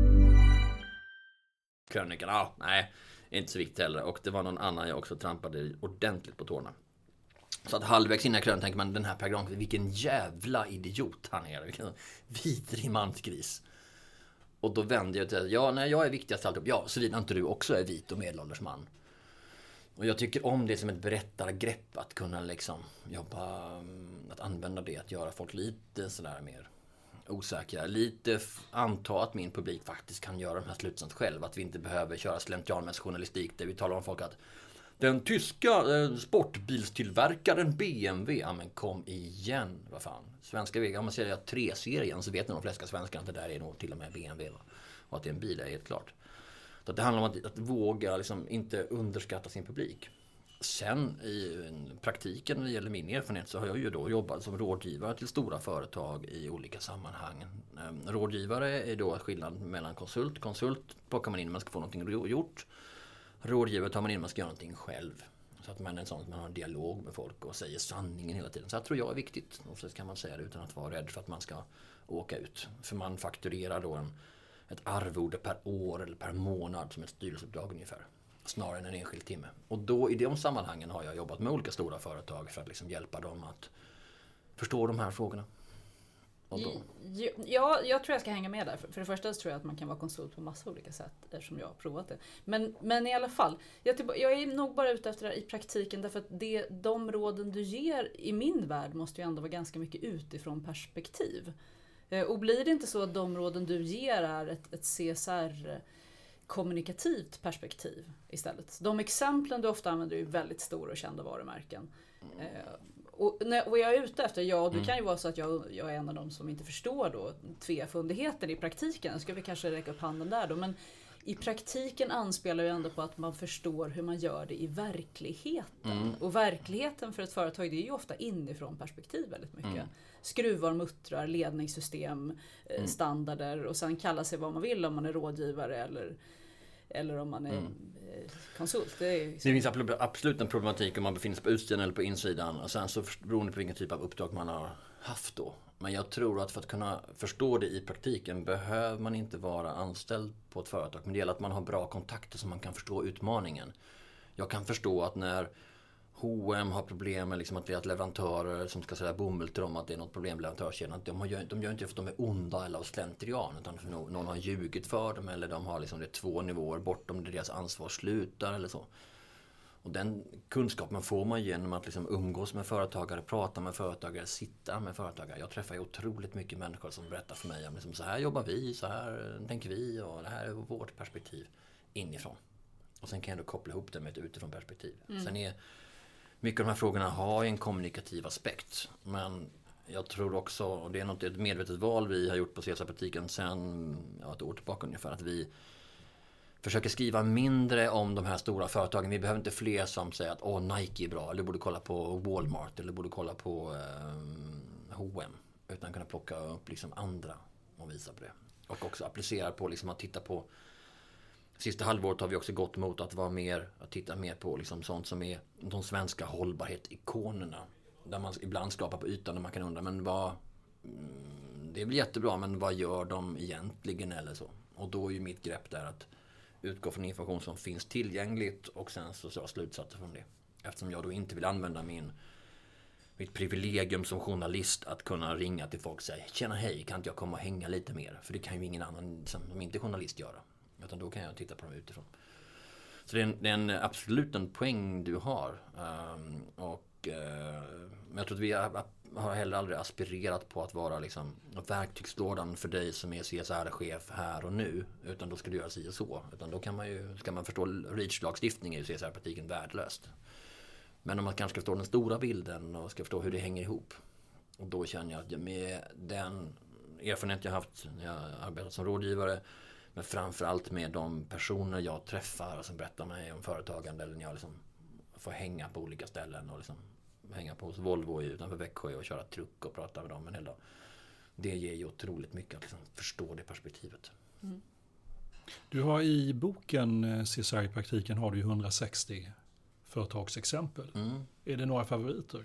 Krönikan, nej, inte så viktigt heller. Och det var någon annan jag också trampade ordentligt på tårna. Så att halvvägs innan krönikan tänker man, den här Per Granqvist, vilken jävla idiot han är. Vilken vidrig mansgris. Och då vände jag till att jag är viktigast alltid. Ja, såvida inte du också är vit och medelålders man. Och jag tycker om det som ett berättargrepp, att kunna liksom jobba, att använda det, att göra folk lite sådär mer osäkra. Lite anta att min publik faktiskt kan göra de här slutsatserna själv. Att vi inte behöver köra slentrianmässig journalistik där vi talar om folk att den tyska sportbilstillverkaren BMW, ja men kom igen, vad fan. Svenska vägar, om man säger 3-serien så vet nog de flesta svenskar att det där är nog till och med BMW. Va? Och att det är en bil är helt klart. Så det handlar om att våga liksom inte underskatta sin publik. Sen i praktiken när det gäller min erfarenhet så har jag ju då jobbat som rådgivare till stora företag i olika sammanhang. Rådgivare är då skillnad mellan konsult. Konsult plockar man in när man ska få någonting gjort. Rådgivare tar man in när man ska göra någonting själv. Så att man är en sån att man har en dialog med folk och säger sanningen hela tiden. Så jag tror jag är viktigt. Och så kan man säga det utan att vara rädd för att man ska åka ut. För man fakturerar då ett arvode per år eller per månad som ett styrelseuppdrag ungefär. Snarare än en enskild timme. Och då i de sammanhangen har jag jobbat med olika stora företag för att liksom hjälpa dem att förstå de här frågorna. Och då. Ja, jag tror jag ska hänga med där. För det första så tror jag att man kan vara konsult på massa olika sätt eftersom jag har provat det. Men i alla fall, jag är nog bara ute efter det i praktiken därför att de råden du ger i min värld måste ju ändå vara ganska mycket utifrån perspektiv. Och blir det inte så att de råden du ger är ett CSR kommunikativt perspektiv istället. De exemplen du ofta använder är väldigt stora och kända varumärken. Och vad jag är ute efter, det kan ju vara så att jag är en av dem som inte förstår då tvefundigheten i praktiken. Ska vi kanske räcka upp handen där då, men i praktiken anspelar ju ändå på att man förstår hur man gör det i verkligheten. Och verkligheten för ett företag, det är ju ofta inifrån perspektiv väldigt mycket. Skruvar, muttrar, ledningssystem, standarder och sen kalla sig vad man vill om man är rådgivare eller om man är konsult. Det finns absolut en problematik om man befinner sig på utsidan eller på insidan. Och sen så beroende på vilken typ av uppdrag man har haft då. Men jag tror att för att kunna förstå det i praktiken behöver man inte vara anställd på ett företag. Men det gäller att man har bra kontakter så man kan förstå utmaningen. Jag kan förstå att när H&M har problem med liksom att deras leverantörer som ska sälja bomull till dem att det är något problem med leverantörskedjan. De gör inte för att de är onda eller av slentrian utan för att någon har ljugit för dem eller de har liksom det 2 nivåer bortom där deras ansvar slutar eller så. Och den kunskapen får man genom att liksom umgås med företagare, prata med företagare, sitta med företagare. Jag träffar ju otroligt mycket människor som berättar för mig om liksom, så här jobbar vi, så här tänker vi och det här är vårt perspektiv inifrån. Och sen kan jag då koppla ihop det med ett utifrån perspektiv. Sen är mycket av de här frågorna har en kommunikativ aspekt. Men jag tror också, och det är ett medvetet val vi har gjort på CSR-praktiken sedan ett år tillbaka ungefär, att vi försöker skriva mindre om de här stora företagen. Vi behöver inte fler som säger att Nike är bra, eller du borde kolla på Walmart, eller borde kolla på H&M. Utan kunna plocka upp liksom andra och visa på det. Och också applicera på liksom att titta på. Sista halvåret har vi också gått mot att titta mer på liksom sånt som är de svenska hållbarhet-ikonerna. Där man ibland skapar på ytan och man kan undra, men det blir jättebra, men vad gör de egentligen eller så? Och då är ju mitt grepp där att utgå från information som finns tillgängligt och sen så dra slutsatser från det. Eftersom jag då inte vill använda mitt privilegium som journalist att kunna ringa till folk och säga tjena hej, kan inte jag komma och hänga lite mer? För det kan ju ingen annan som inte är journalist göra. Utan då kan jag titta på dem utifrån. Så det är absolut en poäng du har. Men jag tror att vi har heller aldrig aspirerat på att vara liksom verktygslådan för dig som är CSR-chef här och nu. Utan då ska du göra si och så. Utan då ska man förstå REACH-lagstiftning är ju CSR-praktiken värdelöst. Men om man kanske ska förstå den stora bilden och ska förstå hur det hänger ihop. Och då känner jag att med den erfarenhet jag haft när jag arbetat som rådgivare, men framförallt med de personer jag träffar som berättar mig om företagande eller när jag liksom får hänga på olika ställen och liksom hänga på hos Volvo utanför Växjö och köra truck och prata med dem en hel dag. Det ger ju otroligt mycket att liksom förstå det perspektivet. Du har i boken CSR i praktiken har du ju 160 företagsexempel. Är det några favoriter?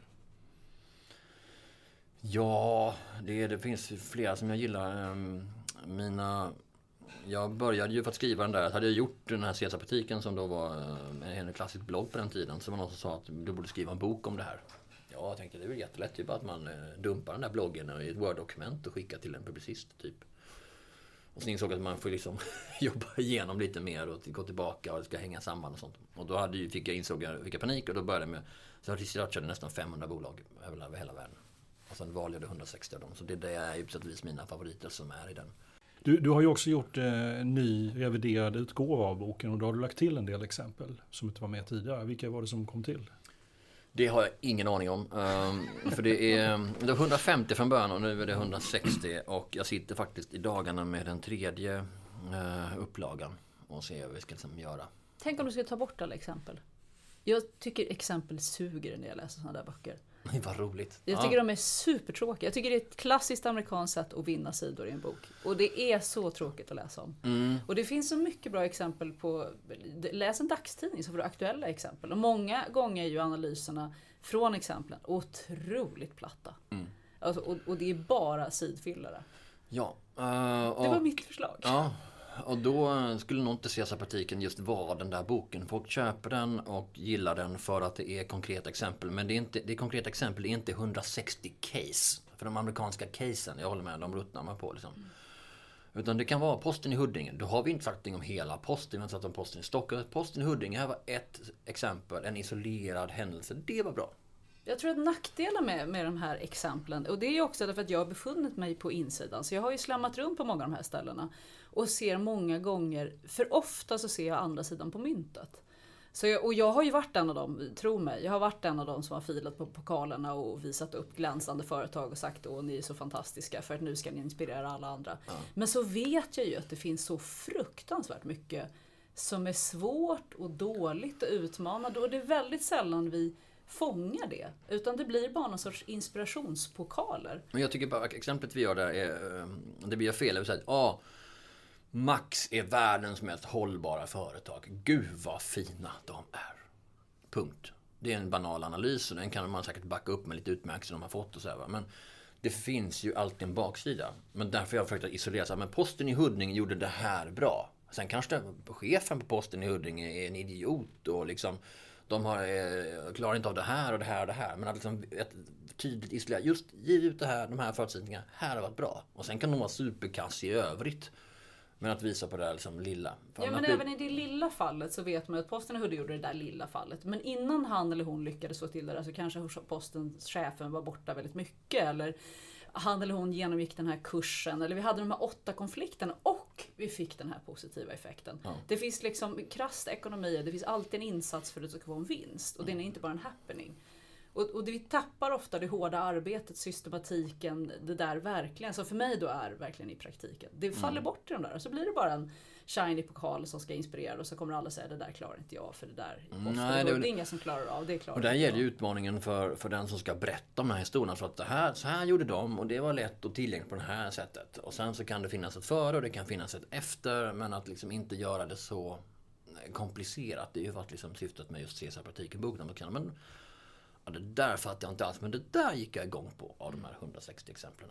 Ja, det finns flera som jag gillar. Jag började ju för att skriva den där. Hade jag gjort den här CSR-praktiken som då var en klassisk blogg på den tiden, så var någon som sa att du borde skriva en bok om det här. Ja, jag tänkte det är väl jättelätt. Det är bara att man dumpar den där bloggen i ett Word-dokument och skickar till en publicist typ. Och sen insåg att man får liksom jobba igenom lite mer och gå tillbaka och det ska hänga samman och sånt. Och då fick jag panik och då började jag med, så jag researchade nästan 500 bolag över hela världen. Och sen valde jag 160 av dem. Så det är ju på mina favoriter som är i den. Du har ju också gjort en ny reviderad utgåva av boken och då har du lagt till en del exempel som inte var med tidigare. Vilka var det som kom till? Det har jag ingen aning om. För det är 150 från början och nu är det 160. Och jag sitter faktiskt i dagarna med den 3:e upplagan och ser vad vi ska liksom göra. Tänk om du skulle ta bort alla exempel. Jag tycker exempel suger när jag läser sådana där böcker. Vad roligt. Jag tycker de är supertråkiga. Jag tycker det är ett klassiskt amerikanskt sätt att vinna sidor i en bok. Och det är så tråkigt att läsa om. Och det finns så mycket bra exempel på... Läs en dagstidning så får du aktuella exempel. Och många gånger är ju analyserna från exemplen otroligt platta. Alltså, och det är bara sidfyllare. Ja. Det var mitt förslag. Ja. Och då skulle nog inte Caesarpolitiken just vara den där boken. Folk köper den och gillar den för att det är konkreta exempel. Men det konkreta exempel är inte 160 case. För de amerikanska casen, jag håller med, de ruttnar man på liksom. Utan det kan vara posten i Huddinge. Då har vi inte sagt om hela posten. Vi har sagt om posten i Stockholm. Posten i Huddinge, här var ett exempel. En isolerad händelse. Det var bra. Jag tror att nackdelen med de här exemplen, och det är ju också därför att jag har befunnit mig på insidan, så jag har ju slammat runt på många av de här ställena och ser många gånger, för ofta så ser jag andra sidan på myntet. Och jag har ju varit en av dem, tro mig, jag har varit en av dem som har filat på pokalerna och visat upp glänsande företag och sagt att ni är så fantastiska för att nu ska ni inspirera alla andra. Men så vet jag ju att det finns så fruktansvärt mycket som är svårt och dåligt och utmanande, och det är väldigt sällan vi fångar det, utan det blir bara någon sorts inspirationspokaler. Men jag tycker bara exemplet vi gör där är, det blir fel. Jag vill säga att Max är världens mest hållbara företag. Gud vad fina de är. Punkt. Det är en banal analys och den kan man säkert backa upp med lite utmärkelser de har fått och så här, va? Men det finns ju alltid en baksida. Men därför har jag försökt att isolera sig. Men posten i Huddinge gjorde det här bra. Sen kanske chefen på posten i Huddinge är en idiot och liksom de klarar inte av det här och det här och det här. Men att liksom ett tydligt isolera, just ge ut det här, de här förutsättningarna, här har varit bra. Och sen kan de vara superkass i övrigt. Men att visa på det här liksom lilla. Ja, men även i det lilla fallet så vet man att posten Huddinge gjorde det där lilla fallet. Men innan han eller hon lyckades få till det där så kanske postens chefen var borta väldigt mycket. Eller han eller hon genomgick den här kursen. Eller vi hade de här 8 konflikterna och vi fick den här positiva effekten. Ja. Det finns liksom krasst ekonomier. Det finns alltid en insats för att det ska vara en vinst. Och det är inte bara en happening. Och vi tappar ofta det hårda arbetet, systematiken, det där verkligen. Så för mig då är verkligen i praktiken. Det faller bort i de där. Så blir det bara en shiny pokal som ska inspirera. Och så kommer alla säga, det där klarar inte jag. För det där det är inga som klarar av. Det klarar och där gäller ju utmaningen för den som ska berätta om den här historien. För att så här gjorde de och det var lätt och tillgängligt på det här sättet. Och sen så kan det finnas ett före och det kan finnas ett efter. Men att liksom inte göra det så komplicerat. Det är ju varit liksom syftet med just Caesarpolitiken-boken. Men ja, det där fattar jag inte alls, men det där gick jag igång på av de här 160 exemplen.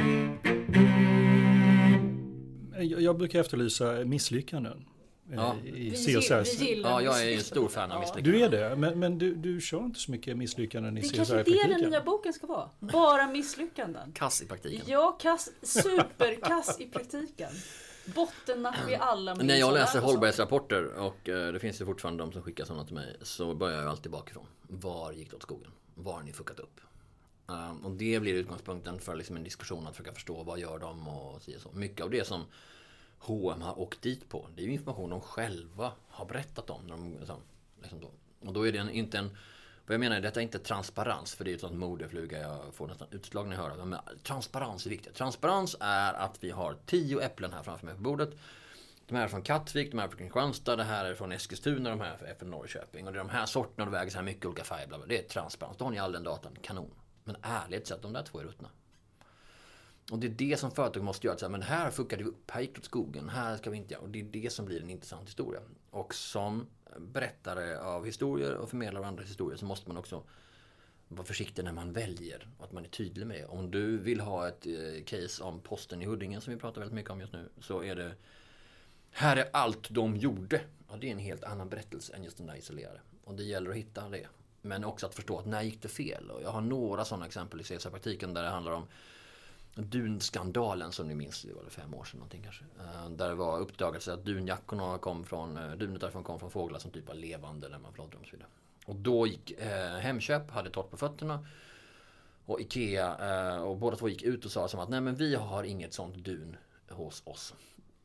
Jag brukar efterlysa misslyckanden i CSRs. Ja, jag är ju en stor fan av misslyckanden. Du är det, men du kör inte så mycket misslyckanden i CSR. Det är kanske det den nya boken ska vara. Bara misslyckanden. Kass i praktiken. Ja, superkass i praktiken. Bottennapp i alla. När jag läser hållbarhetsrapporter, och det finns ju fortfarande de som skickar sådana till mig, så börjar jag alltid bakifrån. Var gick det åt skogen? Var har ni fuckat upp? Och det blir utgångspunkten för liksom en diskussion att försöka förstå vad gör de och så. Mycket av det som H&M har åkt dit på, det är ju information de själva har berättat om. Liksom då. Och då är det inte en... Vad jag menar är detta är inte transparens, för det är ett sånt modefluga jag får nästan utslag när jag hör det. Men transparens är viktigt. Transparens är att vi har 10 äpplen här framför mig på bordet. De här är från Kattvik, de här är från Kristianstad, det här är från Eskilstuna, de här är från Norrköping. Och det är de här sorterna och väger så här mycket olika färger. Bla bla. Det är transparens. Då har ni all den datan. Kanon. Men ärligt sett, de där 2 är ruttna. Och det är det som företag måste göra. Men här fuckade vi upp, här gick det åt skogen, här ska vi inte göra. Och det är det som blir en intressant historia. Och som berättare av historier och förmedlare av andra historier så måste man också vara försiktig när man väljer. Och att man är tydlig med det. Om du vill ha ett case om posten i Huddinge som vi pratar väldigt mycket om just nu, så är det här är allt de gjorde. Ja, det är en helt annan berättelse än just den där isolerade. Och det gäller att hitta det. Men också att förstå att när gick det fel? Och jag har några sådana exempel i CSR-praktiken där det handlar om dunskandalen som ni minns, det var 5 år sedan någonting kanske. Där det var uppdagat sig att dunjackorna dunet därifrån kom från fåglar som typ var levande när man ploddade och så vidare. Och då gick Hemköp, hade torrt på fötterna, och Ikea, och båda två gick ut och sa som att nej, men vi har inget sånt dun hos oss.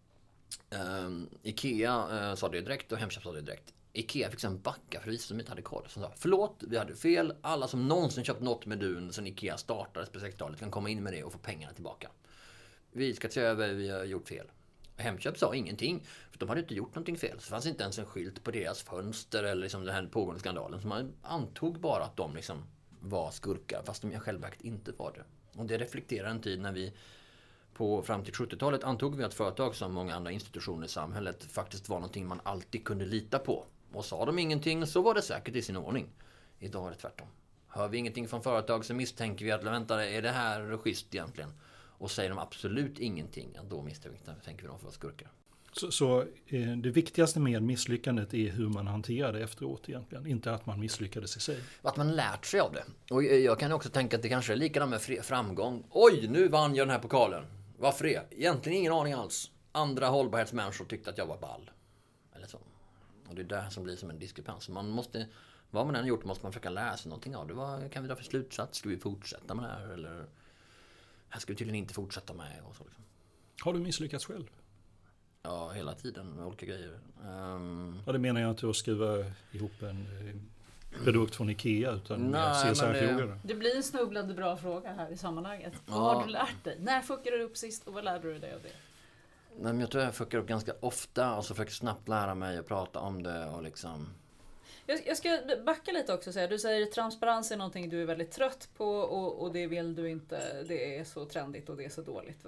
Ikea sa det direkt och Hemköp sa det direkt. Ikea fick sen backa för att de inte hade koll. Som sa, förlåt, vi hade fel. Alla som någonsin köpt något med dun sen Ikea startade på 60-talet kan komma in med det och få pengarna tillbaka. Vi ska se över, vi har gjort fel. Hemköp sa ingenting, för de hade inte gjort någonting fel. Så det fanns inte ens en skylt på deras fönster eller liksom den här pågående skandalen. Så man antog bara att de liksom var skurkar, fast de själva inte var det. Och det reflekterar en tid när vi fram till 70-talet antog vi att företag som många andra institutioner i samhället faktiskt var någonting man alltid kunde lita på. Och sa de ingenting så var det säkert i sin ordning. Idag är det tvärtom. Hör vi ingenting från företag så misstänker vi att vänta, är det här schysst egentligen? Och säger de absolut ingenting, då misstänker vi dem för att vara skurkar. Så det viktigaste med misslyckandet är hur man hanterar det efteråt egentligen, inte att man misslyckades i sig. Att man lärt sig av det. Och jag kan också tänka att det kanske är likadant med framgång. Oj, nu vann jag den här pokalen. Varför det? Egentligen ingen aning alls. Andra hållbarhetsmänniskor tyckte att jag var ball. Eller så. Och det är där som blir som en diskrepans. Man måste, vad man än gjort måste man försöka läsa någonting av det. Vad kan vi dra för slutsats? Ska vi fortsätta med det här? Eller här ska vi tydligen inte fortsätta med. Och så liksom. Har du misslyckats själv? Ja, hela tiden med olika grejer. Ja, det menar jag inte att skriva ihop en produkt från Ikea utan CSR-frågor. Det blir en snubblande bra fråga här i sammanhanget. Ja. Vad har du lärt dig? När fuckade du upp sist och vad lärde du dig av det? Nej, men jag tror jag fuckar upp ganska ofta och så försöker snabbt lära mig att prata om det och liksom... Jag ska backa lite också och säga. Du säger att transparens är någonting du är väldigt trött på och det vill du inte. Det är så trendigt och det är så dåligt.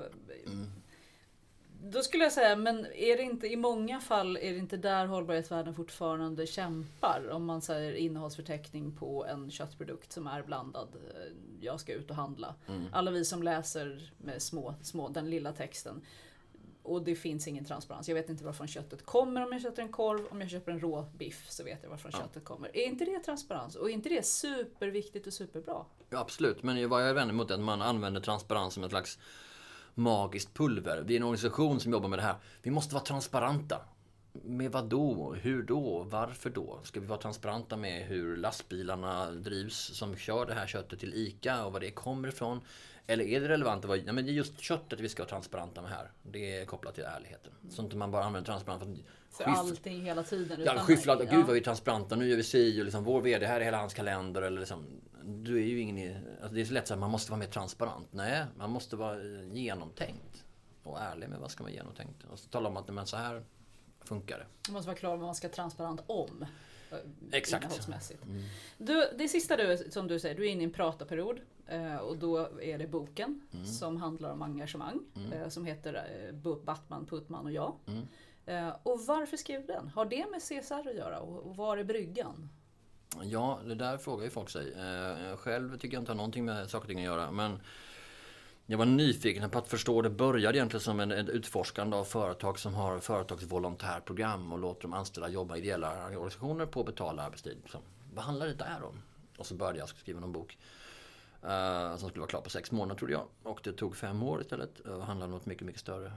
Då skulle jag säga, men är det inte i många fall är det inte där hållbarhetsvärden fortfarande kämpar? Om man säger innehållsförteckning på en köttprodukt som är blandad. Jag ska ut och handla. Alla vi som läser med den lilla texten. Och det finns ingen transparens. Jag vet inte varifrån köttet kommer om jag köper en korv. Om jag köper en rå biff så vet jag varifrån köttet kommer. Är inte det transparens? Och är inte det superviktigt och superbra? Ja, absolut. Men vad jag vänder mot är att man använder transparens som ett slags magiskt pulver. Vi är en organisation som jobbar med det här. Vi måste vara transparenta. Med vad då? Hur då? Varför då? Ska vi vara transparenta med hur lastbilarna drivs som kör det här köttet till ICA och var det kommer ifrån? Eller är det relevant att vara... Nej, men det är just köttet vi ska vara transparenta med här. Det är kopplat till ärligheten. Så inte man bara använder transparent för allting hela tiden. Ja, skyfflat. Gud vad vi är transparenta. Nu gör vi si och liksom vår vd, här är hela hans kalender. Eller liksom, du är ju ingen... Alltså det är så lätt så att man måste vara mer transparent. Nej, man måste vara genomtänkt. Och ärlig med vad ska man genomtänkt. Och så tala om att men så här funkar det. Man måste vara klar med vad man ska transparent om. Exakt. Det sista som du säger, du är inne i en pratarperiod och då är det boken som handlar om engagemang som heter Batman, Puttman och jag. Och varför skrev du den? Har det med CSR att göra och var är bryggan? Ja, det där frågar ju folk sig. Själv tycker jag inte har någonting med saker och ting att göra, men jag var nyfiken på att förstå. Det började egentligen som en utforskande av företag som har företagsvolontärprogram och låter de anställda jobba i ideella organisationer på betald arbetstid. Så, vad handlar det där om? Och så började jag skriva någon bok som skulle vara klar på 6 månader trodde jag. Och det tog 5 år istället och handlade om något mycket, mycket större.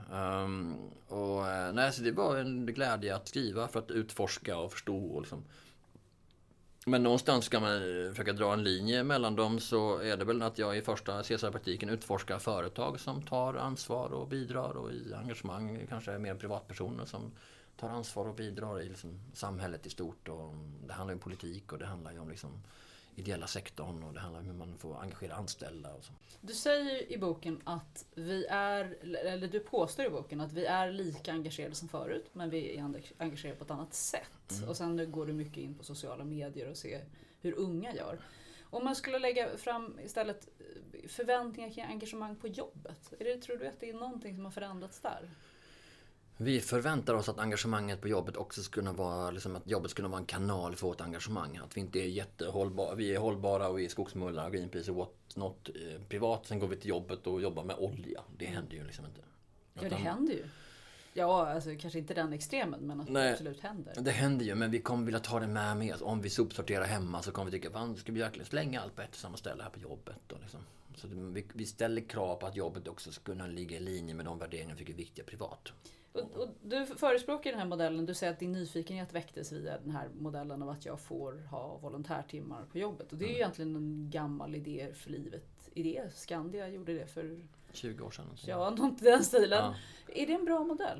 Så det var en glädje att skriva för att utforska och förstå och liksom. Men någonstans ska man försöka dra en linje mellan dem, så är det väl att jag i första CSR-praktiken utforskar företag som tar ansvar och bidrar, och i engagemang kanske mer privatpersoner som tar ansvar och bidrar i liksom samhället i stort. Och det handlar om politik och det handlar om liksom ideella sektorn och det handlar om hur man får engagera anställda och så. Du säger i boken att du påstår i boken att vi är lika engagerade som förut, men vi är engagerade på ett annat sätt. Och sen går du mycket in på sociala medier och ser hur unga gör. Om man skulle lägga fram istället förväntningar kring engagemang på jobbet, tror du att det är någonting som har förändrats där? Vi förväntar oss att engagemanget på jobbet också skulle vara, liksom att jobbet skulle vara en kanal för vårt engagemang. Att vi inte är jättehållbara. Vi är hållbara och vi är skogsmullar, Greenpeace och något privat. Sen går vi till jobbet och jobbar med olja. Det händer ju liksom inte. Ja, det händer ju. Ja, alltså kanske inte den extremen, men att det absolut händer. Det händer ju, men vi kommer vilja ta det med oss. Om vi sopsorterar hemma så kommer vi tycka, fan, ska vi verkligen slänga allt på ett och samma ställe här på jobbet? Och liksom. Så vi ställer krav på att jobbet också ska kunna ligga i linje med de värderingar vi tycker är viktiga privat. Och du förespråkar den här modellen, du säger att din nyfikenhet väcktes via den här modellen av att jag får ha volontärtimmar på jobbet. Och det är ju egentligen en gammal idé för livet. Skandia gjorde det för 20 år sedan. Så. Ja, något i den stilen. Ja. Är det en bra modell?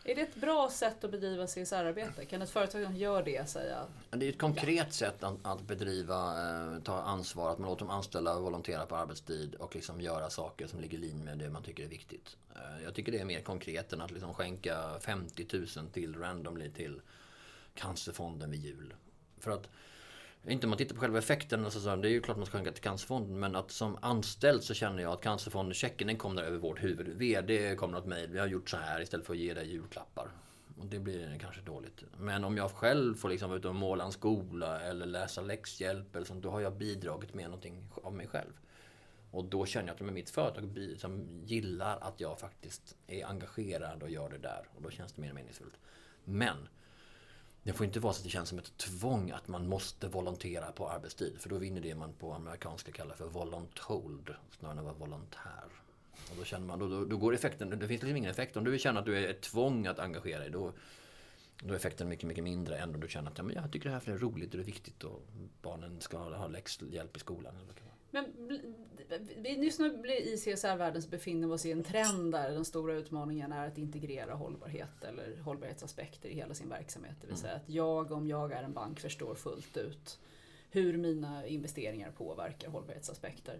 Är det ett bra sätt att bedriva CSR-arbete? Kan ett företag som gör det säga? Det är ett konkret sätt att bedriva, ta ansvar, att man låter dem anställa och volontera på arbetstid och liksom göra saker som ligger i linje med det man tycker är viktigt. Jag tycker det är mer konkret än att liksom skänka 50 000 till randomly till Cancerfonden vid jul. För att inte om man tittar på själva effekten, så det är ju klart man ska skänka till Cancerfonden, men att som anställd så känner jag att Cancerfonden, checken den kommer över vårt huvud. VD kommer något mejl, vi har gjort så här istället för att ge dig julklappar. Och det blir kanske dåligt. Men om jag själv får liksom ut och måla en skola eller läsa läxhjälp eller sånt, då har jag bidragit med någonting av mig själv. Och då känner jag att med mitt företag som gillar att jag faktiskt är engagerad och gör det där. Och då känns det mer meningsfullt. Men det får inte vara så att det känns som ett tvång att man måste volontera på arbetstid. För då vinner det man på amerikanska kallar för voluntold snarare än att vara volontär. Och då känner man, då går effekten, det finns liksom ingen effekt. Om du känner att du är ett tvång att engagera dig, då är effekten mycket, mycket mindre än om du känner att men jag tycker det här är roligt och det är viktigt och barnen ska ha läxhjälp i skolan. Men just nu i CSR-världen så befinner vi oss i en trend där den stora utmaningen är att integrera hållbarhet eller hållbarhetsaspekter i hela sin verksamhet. Det vill säga att om jag är en bank, förstår fullt ut hur mina investeringar påverkar hållbarhetsaspekter.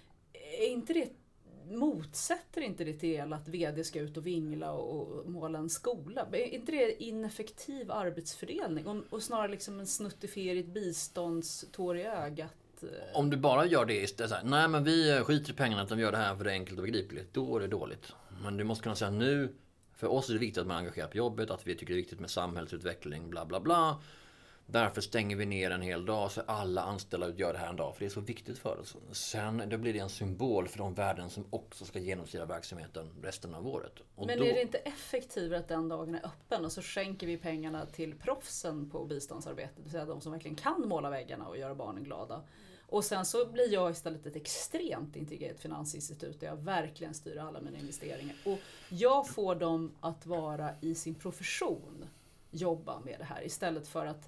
Motsätter inte det till att vd ska ut och vingla och måla en skola? Är inte det ineffektiv arbetsfördelning och snarare liksom en snuttifierigt biståndstår i ögat? Om du bara gör det istället så här, nej men vi skiter i pengarna utan vi gör det här för det är enkelt och begripligt, då är det dåligt. Men du måste kunna säga nu, för oss är det viktigt att man engagerar på jobbet, att vi tycker det är viktigt med samhällsutveckling, bla bla bla. Därför stänger vi ner en hel dag så alla anställda gör det här en dag, för det är så viktigt för oss. Sen då blir det en symbol för de värden som också ska genomsyra verksamheten resten av året. Och men är det inte effektivare att den dagen är öppen och så skänker vi pengarna till proffsen på biståndsarbetet, det vill säga de som verkligen kan måla väggarna och göra barnen glada. Och sen så blir jag istället ett extremt integrerat finansinstitut där jag verkligen styr alla mina investeringar. Och jag får dem att vara i sin profession jobba med det här istället för att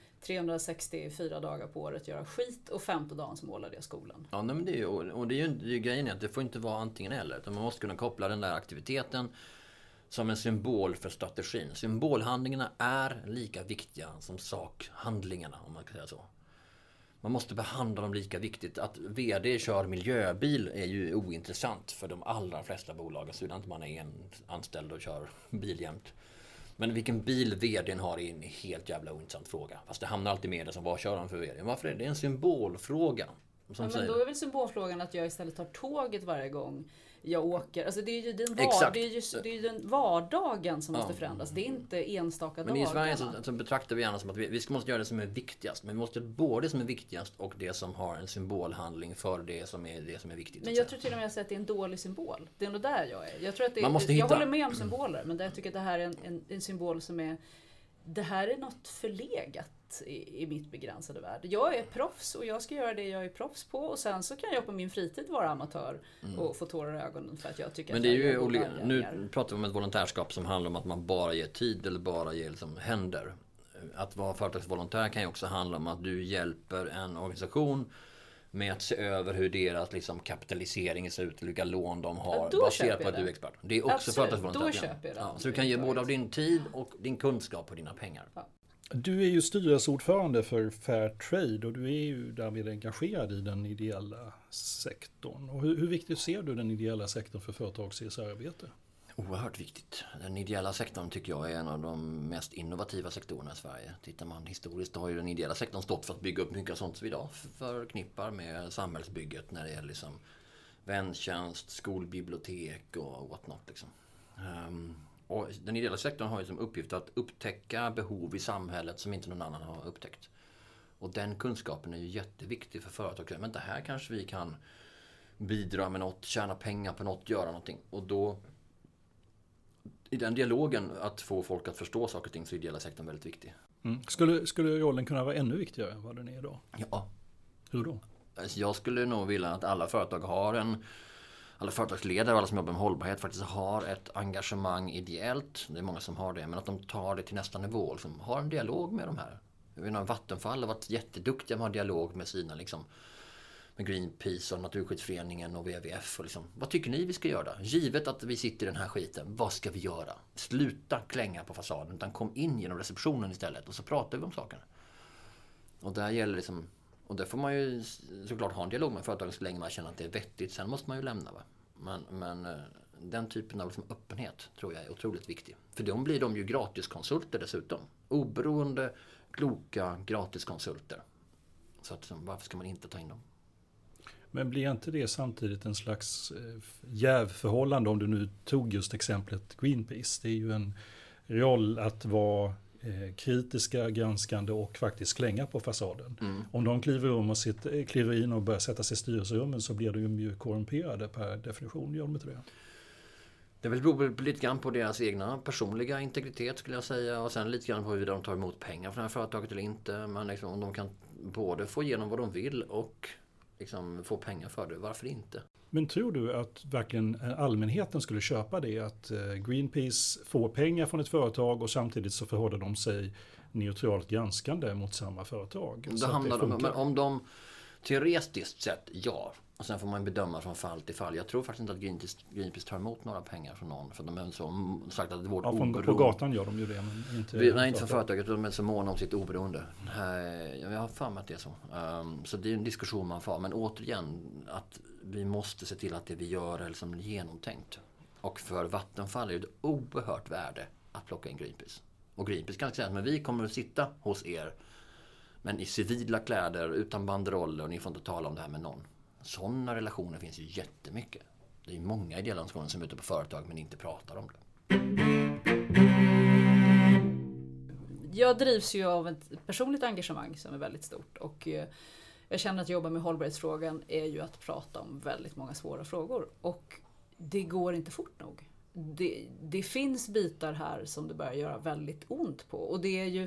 364 dagar på året göra skit och 5:e dagen så målade jag skolan. Ja, men det är ju grejen är att det får inte vara antingen eller. Utan man måste kunna koppla den där aktiviteten som en symbol för strategin. Symbolhandlingarna är lika viktiga som sakhandlingarna, om man kan säga så. Man måste behandla dem lika viktigt. Att vd kör miljöbil är ju ointressant för de allra flesta bolag. Så inte man är en anställd och kör bil jämt. Men vilken bil vdn har är en helt jävla ointressant fråga. Fast det hamnar alltid med det som vad kör han för vd. Varför är det? Det är en symbolfråga. Ja, men då är väl symbolfrågan att jag istället tar tåget varje gång jag åker. Alltså det är ju det är ju den vardagen som måste förändras. Det är inte enstaka dagar. Men i Sverige så betraktar vi gärna som att vi måste göra det som är viktigast. Men vi måste både det som är viktigast och det som har en symbolhandling för det som är viktigt. Men jag tror till och med att det är en dålig symbol. Det är nog där jag är. Jag tror att jag håller med om symboler, men jag tycker att det här är en symbol som är... Det här är något förlegat i mitt begränsade värld. Jag är proffs och jag ska göra det jag är proffs på och sen så kan jag på min fritid vara amatör och få tårar i ögonen för att jag tycker men det är ju nu pratar vi om ett volontärskap som handlar om att man bara ger tid eller bara ger liksom händer. Att vara företagsvolontär kan ju också handla om att du hjälper en organisation med att se över hur deras liksom kapitalisering ser ut, vilka lån de har, baserat på att du är expert. Det är också företagsvolontär. Då köper jag det. Ja, så du kan ge både av din tid och din kunskap och dina pengar. Ja. Du är ju styrelseordförande för Fairtrade och du är ju därmed engagerad i den ideella sektorn. Och hur viktigt ser du den ideella sektorn för företags-CSR-arbete? Oerhört viktigt. Den ideella sektorn tycker jag är en av de mest innovativa sektorerna i Sverige. Tittar man historiskt har ju den ideella sektorn stått för att bygga upp mycket sånt som vi idag förknippar med samhällsbygget när det gäller liksom väntjänst, skolbibliotek och whatnot liksom. Och den ideella sektorn har ju som uppgift att upptäcka behov i samhället som inte någon annan har upptäckt. Och den kunskapen är ju jätteviktig för företag. Men det här kanske vi kan bidra med något, tjäna pengar på något, göra någonting. Och då i den dialogen att få folk att förstå saker och ting så är ideella sektorn väldigt viktig. Skulle rollen kunna vara ännu viktigare än vad den är idag? Ja. Hur då? Jag skulle nog vilja att alla företag har alla företagsledare och alla som jobbar med hållbarhet faktiskt har ett engagemang ideellt. Det är många som har det, men att de tar det till nästa nivå. Som har en dialog med de här. Jag vet inte, Vattenfall har varit jätteduktiga med att ha dialog med sina liksom, Greenpeace och Naturskyddsföreningen och WWF. Och liksom, vad tycker ni vi ska göra? Givet att vi sitter i den här skiten, vad ska vi göra? Sluta klänga på fasaden, utan kom in genom receptionen istället och så pratar vi om sakerna. Och där gäller liksom, och där får man ju såklart ha en dialog med företagen så länge man känner att det är vettigt. Sen måste man ju lämna, va? Men den typen av liksom öppenhet tror jag är otroligt viktig. För de blir de ju gratiskonsulter dessutom. Oberoende, kloka gratiskonsulter. Så att, varför ska man inte ta in dem? Men blir inte det samtidigt en slags jävförhållande om du nu tog just exemplet Greenpeace? Det är ju en roll att vara kritiska, granskande och faktiskt klänga på fasaden. Om de kliver in och börjar sätta sig i styrelserummen så blir de ju korrumperade per definition, gör de inte det? Det beror lite grann på deras egna personliga integritet skulle jag säga, och sen lite grann på hur de tar emot pengar från det här företaget eller inte. Men liksom, om de kan både få igenom vad de vill och liksom få pengar för det, varför inte? Men tror du att verkligen allmänheten skulle köpa det, att Greenpeace får pengar från ett företag och samtidigt så förhåller de sig neutralt granskande mot samma företag? Det handlar om de teoretiskt sett, ja. Och sen får man bedöma från fall till fall. Jag tror faktiskt inte att Greenpeace tar emot några pengar från någon. För de är så sagt att vårt oberoende... På gatan gör de ju det, men inte... Nej, inte för företaget. De är så måna om sitt oberoende. Jag har fan att det är så. Så det är en diskussion man får. Men återigen, att vi måste se till att det vi gör är liksom genomtänkt. Och för Vattenfall är det ett oerhört värde att plocka in Greenpeace. Och Greenpeace kan säga att vi kommer att sitta hos er, men i civila kläder, utan banderoller, och ni får inte tala om det här med någon. Sådana relationer finns ju jättemycket. Det är många ideella organisationer som är ute på företag men inte pratar om det. Jag drivs ju av ett personligt engagemang som är väldigt stort. Och jag känner att jobba med hållbarhetsfrågan är ju att prata om väldigt många svåra frågor. Och det går inte fort nog. Det finns bitar här som det börjar göra väldigt ont på. Och det är ju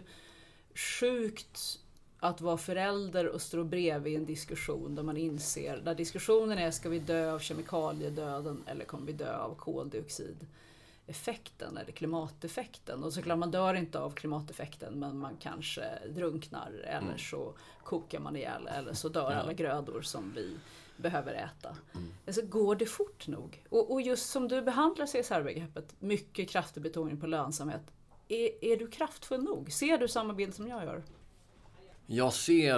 sjukt att vara förälder och stå bredvid en diskussion där man inser, där diskussionen är, ska vi dö av kemikaliedöden eller kommer vi dö av koldioxideffekten eller klimateffekten? Och såklart man dör inte av klimateffekten, men man kanske drunknar eller så kokar man ihjäl eller så dör alla grödor som vi behöver äta. Alltså, går det fort nog? Och just som du behandlar CSR-begreppet, mycket kraftig betoning på lönsamhet. Är du kraftfull nog? Ser du samma bild som jag gör? Jag ser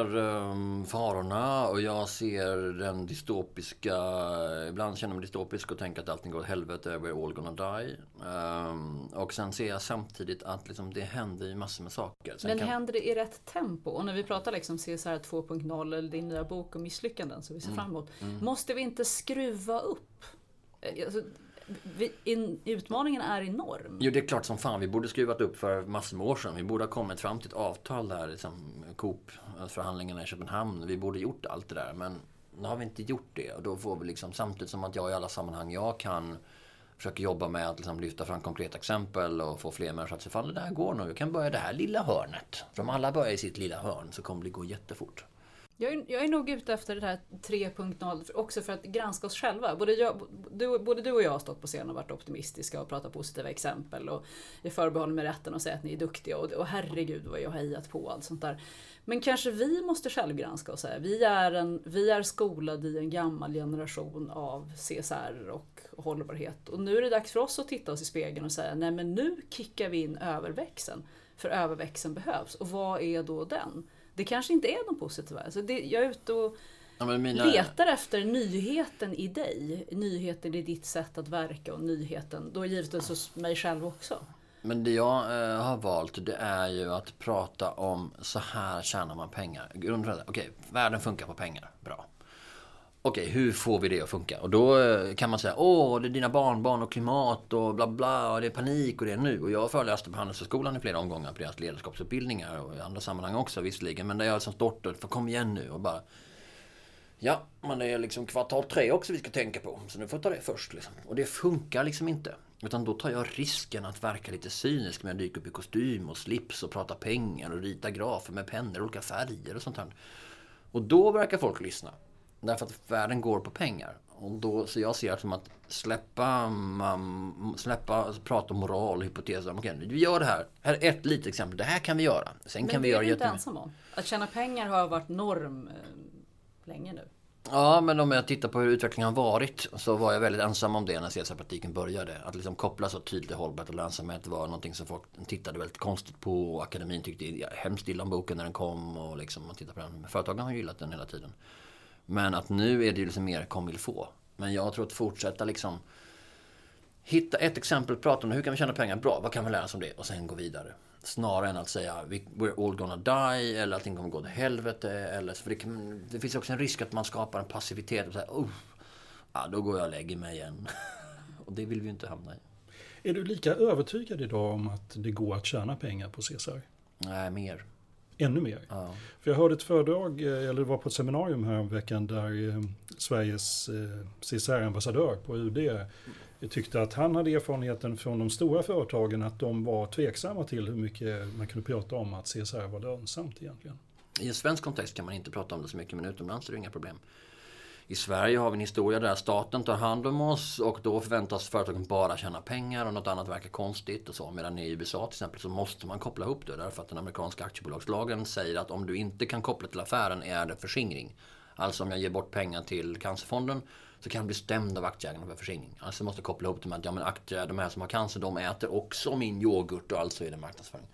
farorna och jag ser den dystopiska, ibland känner jag mig dystopisk och tänker att allting går åt helvete, we're all gonna die. Och sen ser jag samtidigt att liksom, det händer ju massor med saker. Men händer det i rätt tempo? Och när vi pratar liksom CSR 2.0 eller din nya bok om misslyckanden som vi ser fram emot, måste vi inte skruva upp? Alltså, utmaningen är enorm. Jo, det är klart som fan. Vi borde skruvat upp för massor med år sedan. Vi borde ha kommit fram till ett avtal där, liksom Coop-förhandlingarna i Köpenhamn. Vi borde gjort allt det där, men nu har vi inte gjort det. Och då får vi liksom, samtidigt som att jag i alla sammanhang jag kan försöka jobba med att liksom lyfta fram konkreta exempel och få fler människor att se, fan det där går nu. Vi kan börja det här lilla hörnet. För om alla börjar i sitt lilla hörn så kommer det gå jättefort. Jag är nog ute efter det här 3.0 också för att granska oss själva. Både du och jag har stått på scenen och varit optimistiska och pratat positiva exempel. Och jag förbehåller mig rätten att säga att ni är duktiga. Och herregud vad jag har hejat på allt sånt där. Men kanske vi måste självgranska och säga. Vi är skolade i en gammal generation av CSR och hållbarhet. Och nu är det dags för oss att titta oss i spegeln och säga, nej men nu kickar vi in överväxeln. För överväxeln behövs. Och vad är då den? Det kanske inte är de positiva. Alltså jag är ute och letar efter nyheten i dig. Nyheten i ditt sätt att verka och nyheten, då givetvis hos mig själv också. Men det jag har valt, det är ju att prata om så här tjänar man pengar. Okej, världen funkar på pengar. Bra. Okej, hur får vi det att funka? Och då kan man säga, det är dina barnbarn och klimat och bla bla, och det är panik och det är nu. Och jag föreläste på Handelshögskolan i flera omgångar på deras ledarskapsutbildningar och i andra sammanhang också visserligen. Men där jag som stort för kom igen nu och bara, ja, men det är liksom kvartal 3 också vi ska tänka på. Så nu får jag ta det först liksom. Och det funkar liksom inte. Utan då tar jag risken att verka lite cynisk med att dyka upp i kostym och slips och prata pengar och rita grafer med pennor och olika färger och sånt här. Och då verkar folk lyssna. Därför att världen går på pengar. Och då, så jag ser det som att släppa prata om moral och hypoteser. Okej, vi gör det här. Här är ett litet exempel. Det här kan vi göra. Sen men kan vi göra inte ensam om. Att tjäna pengar har varit norm länge nu. Ja, men om jag tittar på hur utvecklingen har varit så var jag väldigt ensam om det när CSR-praktiken började. Att liksom koppla så tydligt hållbarhet och lönsamhet var någonting som folk tittade väldigt konstigt på. Och akademin tyckte hemskt illa om boken när den kom och liksom man tittar på den. Företagen har ju gillat den hela tiden. Men att nu är det ju liksom mer comme il faut. Men jag tror att fortsätta liksom hitta ett exempel, prata om hur kan vi tjäna pengar bra, vad kan vi lära oss om det och sen gå vidare. Snarare än att säga we're all gonna die eller allting kommer gå till helvete. Eller, för det finns också en risk att man skapar en passivitet och säger då går jag och lägger mig igen. Och det vill vi ju inte hamna i. Är du lika övertygad idag om att det går att tjäna pengar på CSR? Nej, mer. Ännu mer? Ja. För jag hörde ett föredrag, eller det var på ett seminarium här om veckan där Sveriges CSR-ambassadör på UD tyckte att han hade erfarenheten från de stora företagen att de var tveksamma till hur mycket man kunde prata om att CSR var lönsamt egentligen. I en svensk kontext kan man inte prata om det så mycket, men utomlands är det inga problem. I Sverige har vi en historia där staten tar hand om oss och då förväntas företagen bara tjäna pengar och något annat verkar konstigt och så. Medan i USA till exempel så måste man koppla ihop det därför att den amerikanska aktiebolagslagen säger att om du inte kan koppla till affären är det förskingring. Alltså om jag ger bort pengar till Cancerfonden så kan jag bli stämd av aktieägarna för förskingring. Alltså måste koppla ihop det med att de här som har cancer de äter också min yoghurt och alltså är det marknadsföring.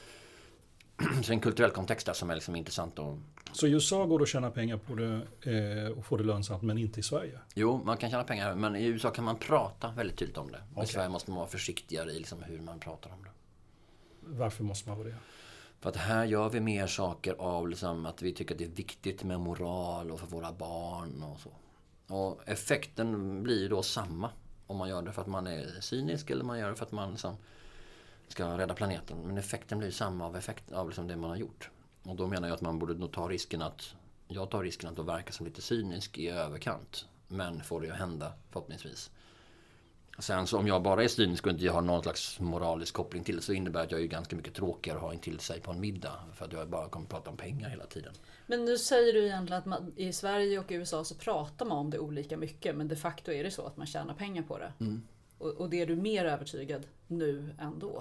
Så en kulturell kontext där som är liksom intressant. Så i USA går det att tjäna pengar på det och få det lönsamt men inte i Sverige? Jo, man kan tjäna pengar men i USA kan man prata väldigt tydligt om det. Okay. I Sverige måste man vara försiktigare i liksom hur man pratar om det. Varför måste man vara det? För att här gör vi mer saker av liksom att vi tycker att det är viktigt med moral och för våra barn och så. Och effekten blir då samma om man gör det för att man är cynisk eller man gör det för att man liksom ska rädda planeten. Men effekten blir samma av liksom det man har gjort. Och då menar jag att man borde nog ta risken att verka som lite cynisk i överkant. Men får det att hända förhoppningsvis. Sen så om jag bara är cynisk och inte har någon slags moralisk koppling till det så innebär att jag är ganska mycket tråkigare att ha in till sig på en middag. För att jag bara kommer att prata om pengar hela tiden. Men nu säger du egentligen att man, i Sverige och USA så pratar man om det olika mycket. Men de facto är det så att man tjänar pengar på det. Mm. Och det är du mer övertygad nu än då?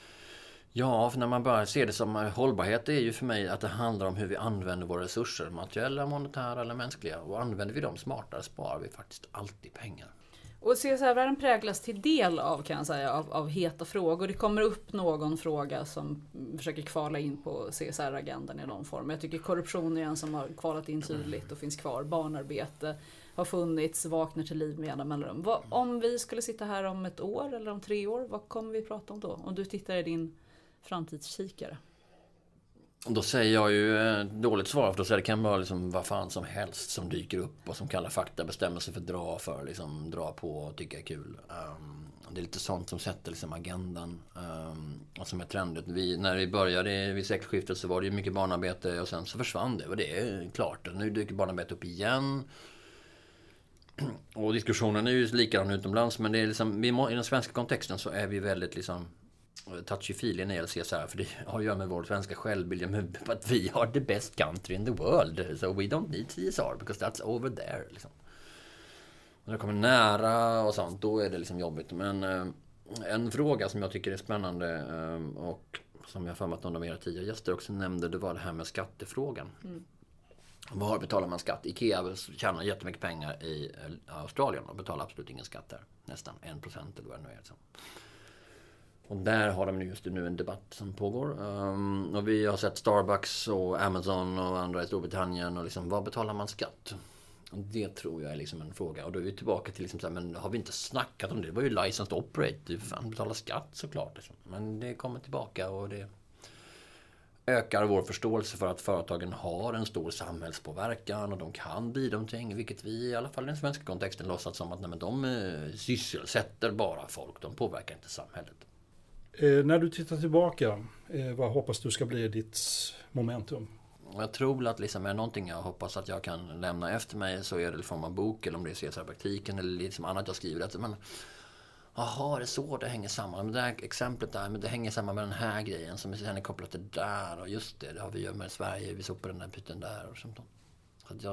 Ja, för när man bara ser det som hållbarhet är ju för mig att det handlar om hur vi använder våra resurser. Materiella, monetära eller mänskliga. Och använder vi dem smartare sparar vi faktiskt alltid pengar. Och CSR-världen präglas till del av, kan jag säga, av heta frågor. Det kommer upp någon fråga som försöker kvala in på CSR-agendan i någon form. Jag tycker korruption är en som har kvalat in tydligt och finns kvar. Barnarbete har funnits, vaknar till liv med jämna mellanrum. Om vi skulle sitta här om 1 år eller om 3 år, vad kommer vi prata om då? Om du tittar i din framtidskikare. Då säger jag ju dåligt svar, för då säger det kan vara liksom vad fan som helst som dyker upp och som kallar fakta bestämmer sig för liksom dra på och tycka är kul. Det är lite sånt som sätter liksom agendan och som är trendigt. När vi började vid sekelskiftet så var det ju mycket barnarbete och sen så försvann det och det är klart. Nu dyker barnarbete upp igen. Och diskussionen är ju likadan utomlands, men det är liksom, i den svenska kontexten så är vi väldigt liksom touchy-feely när det gäller CSR, för det har att göra med vår svenska självbild, med att vi har the best country in the world, so we don't need CSR because that's over there liksom. När det kommer nära och sånt, då är det liksom jobbigt. Men en fråga som jag tycker är spännande och som jag har för mig att någon av era tidigare gäster också nämnde, det var det här med skattefrågan. Var betalar man skatt? Ikea tjänar jättemycket pengar i Australien och betalar absolut ingen skatt där. Nästan 1% eller vad det nu är. Så. Och där har de just nu en debatt som pågår. Och vi har sett Starbucks och Amazon och andra i Storbritannien. Och liksom, vad betalar man skatt? Och det tror jag är liksom en fråga. Och då är vi tillbaka till liksom så här, men har vi inte snackat om det? Det var ju licensed operate. Du fan betalar skatt såklart. Liksom. Men det kommer tillbaka och det ökar vår förståelse för att företagen har en stor samhällspåverkan och de kan bidra till någonting, vilket vi i alla fall i den svenska kontexten låtsas som att nej, men de sysselsätter bara folk, de påverkar inte samhället. När du tittar tillbaka, vad hoppas du ska bli ditt momentum? Jag tror att liksom är någonting jag hoppas att jag kan lämna efter mig, så är det i form av bok eller om det är CSR-praktiken eller liksom annat jag skriver. Men jaha, det är så det hänger samman. Men det här exemplet där, men det hänger samman med den här grejen som sen är kopplat till där. Och just det har vi gjort med Sverige. Vi såg på den där pytten där och sånt. Så att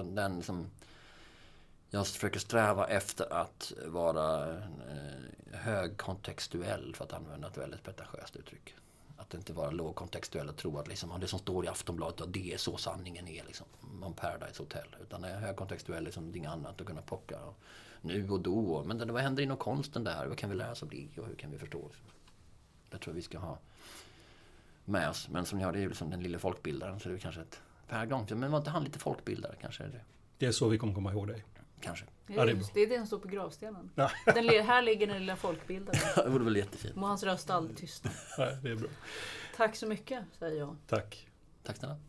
jag försöker sträva efter att vara högkontextuell, för att använda ett väldigt pretentiöst uttryck. Att inte vara lågkontextuell och tro att liksom, det som står i Aftonbladet och det är så sanningen är liksom, om Paradise Hotel. Utan det är högkontextuell, liksom, det är inget annat att kunna plocka nu och då. Men vad händer inom konsten där? Vad kan vi lära oss av det och hur kan vi förstå? Det tror jag vi ska ha med oss. Men som ni har, det är ju liksom den lilla folkbildaren, så det är kanske ett Per Granqvist. Men var inte han lite folkbildare kanske? Är det? Det är så vi kommer komma ihåg dig. Kanske. Det är det som står på gravstenen. Ja. Här ligger den lilla folkbildaren. Det vore väl jättefint. Må hans röst aldrig tystna. Nej, det är bra. Tack så mycket, säger jag. Tack. Tack snälla.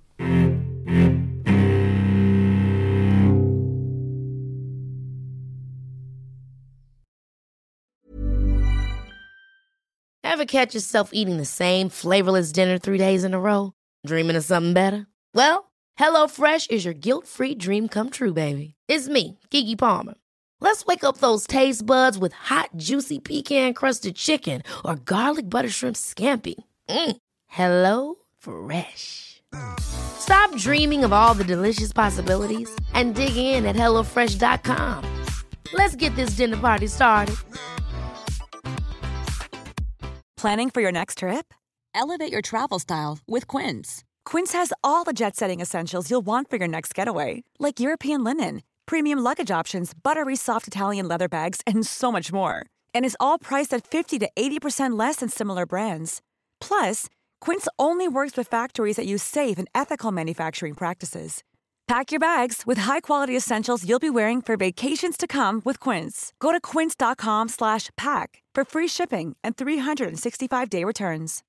Ever catch yourself eating the same flavorless dinner 3 days in a row? Dreaming of something better? Well, HelloFresh is your guilt-free dream come true, baby. It's me, Keke Palmer. Let's wake up those taste buds with hot, juicy pecan-crusted chicken or garlic butter shrimp scampi. Hello Fresh. Stop dreaming of all the delicious possibilities and dig in at HelloFresh.com. Let's get this dinner party started. Planning for your next trip? Elevate your travel style with Quince. Quince has all the jet-setting essentials you'll want for your next getaway, like European linen, premium luggage options, buttery soft Italian leather bags, and so much more. And is all priced at 50 to 80% less than similar brands. Plus, Quince only works with factories that use safe and ethical manufacturing practices. Pack your bags with high-quality essentials you'll be wearing for vacations to come with Quince. Go to quince.com/pack for free shipping and 365-day returns.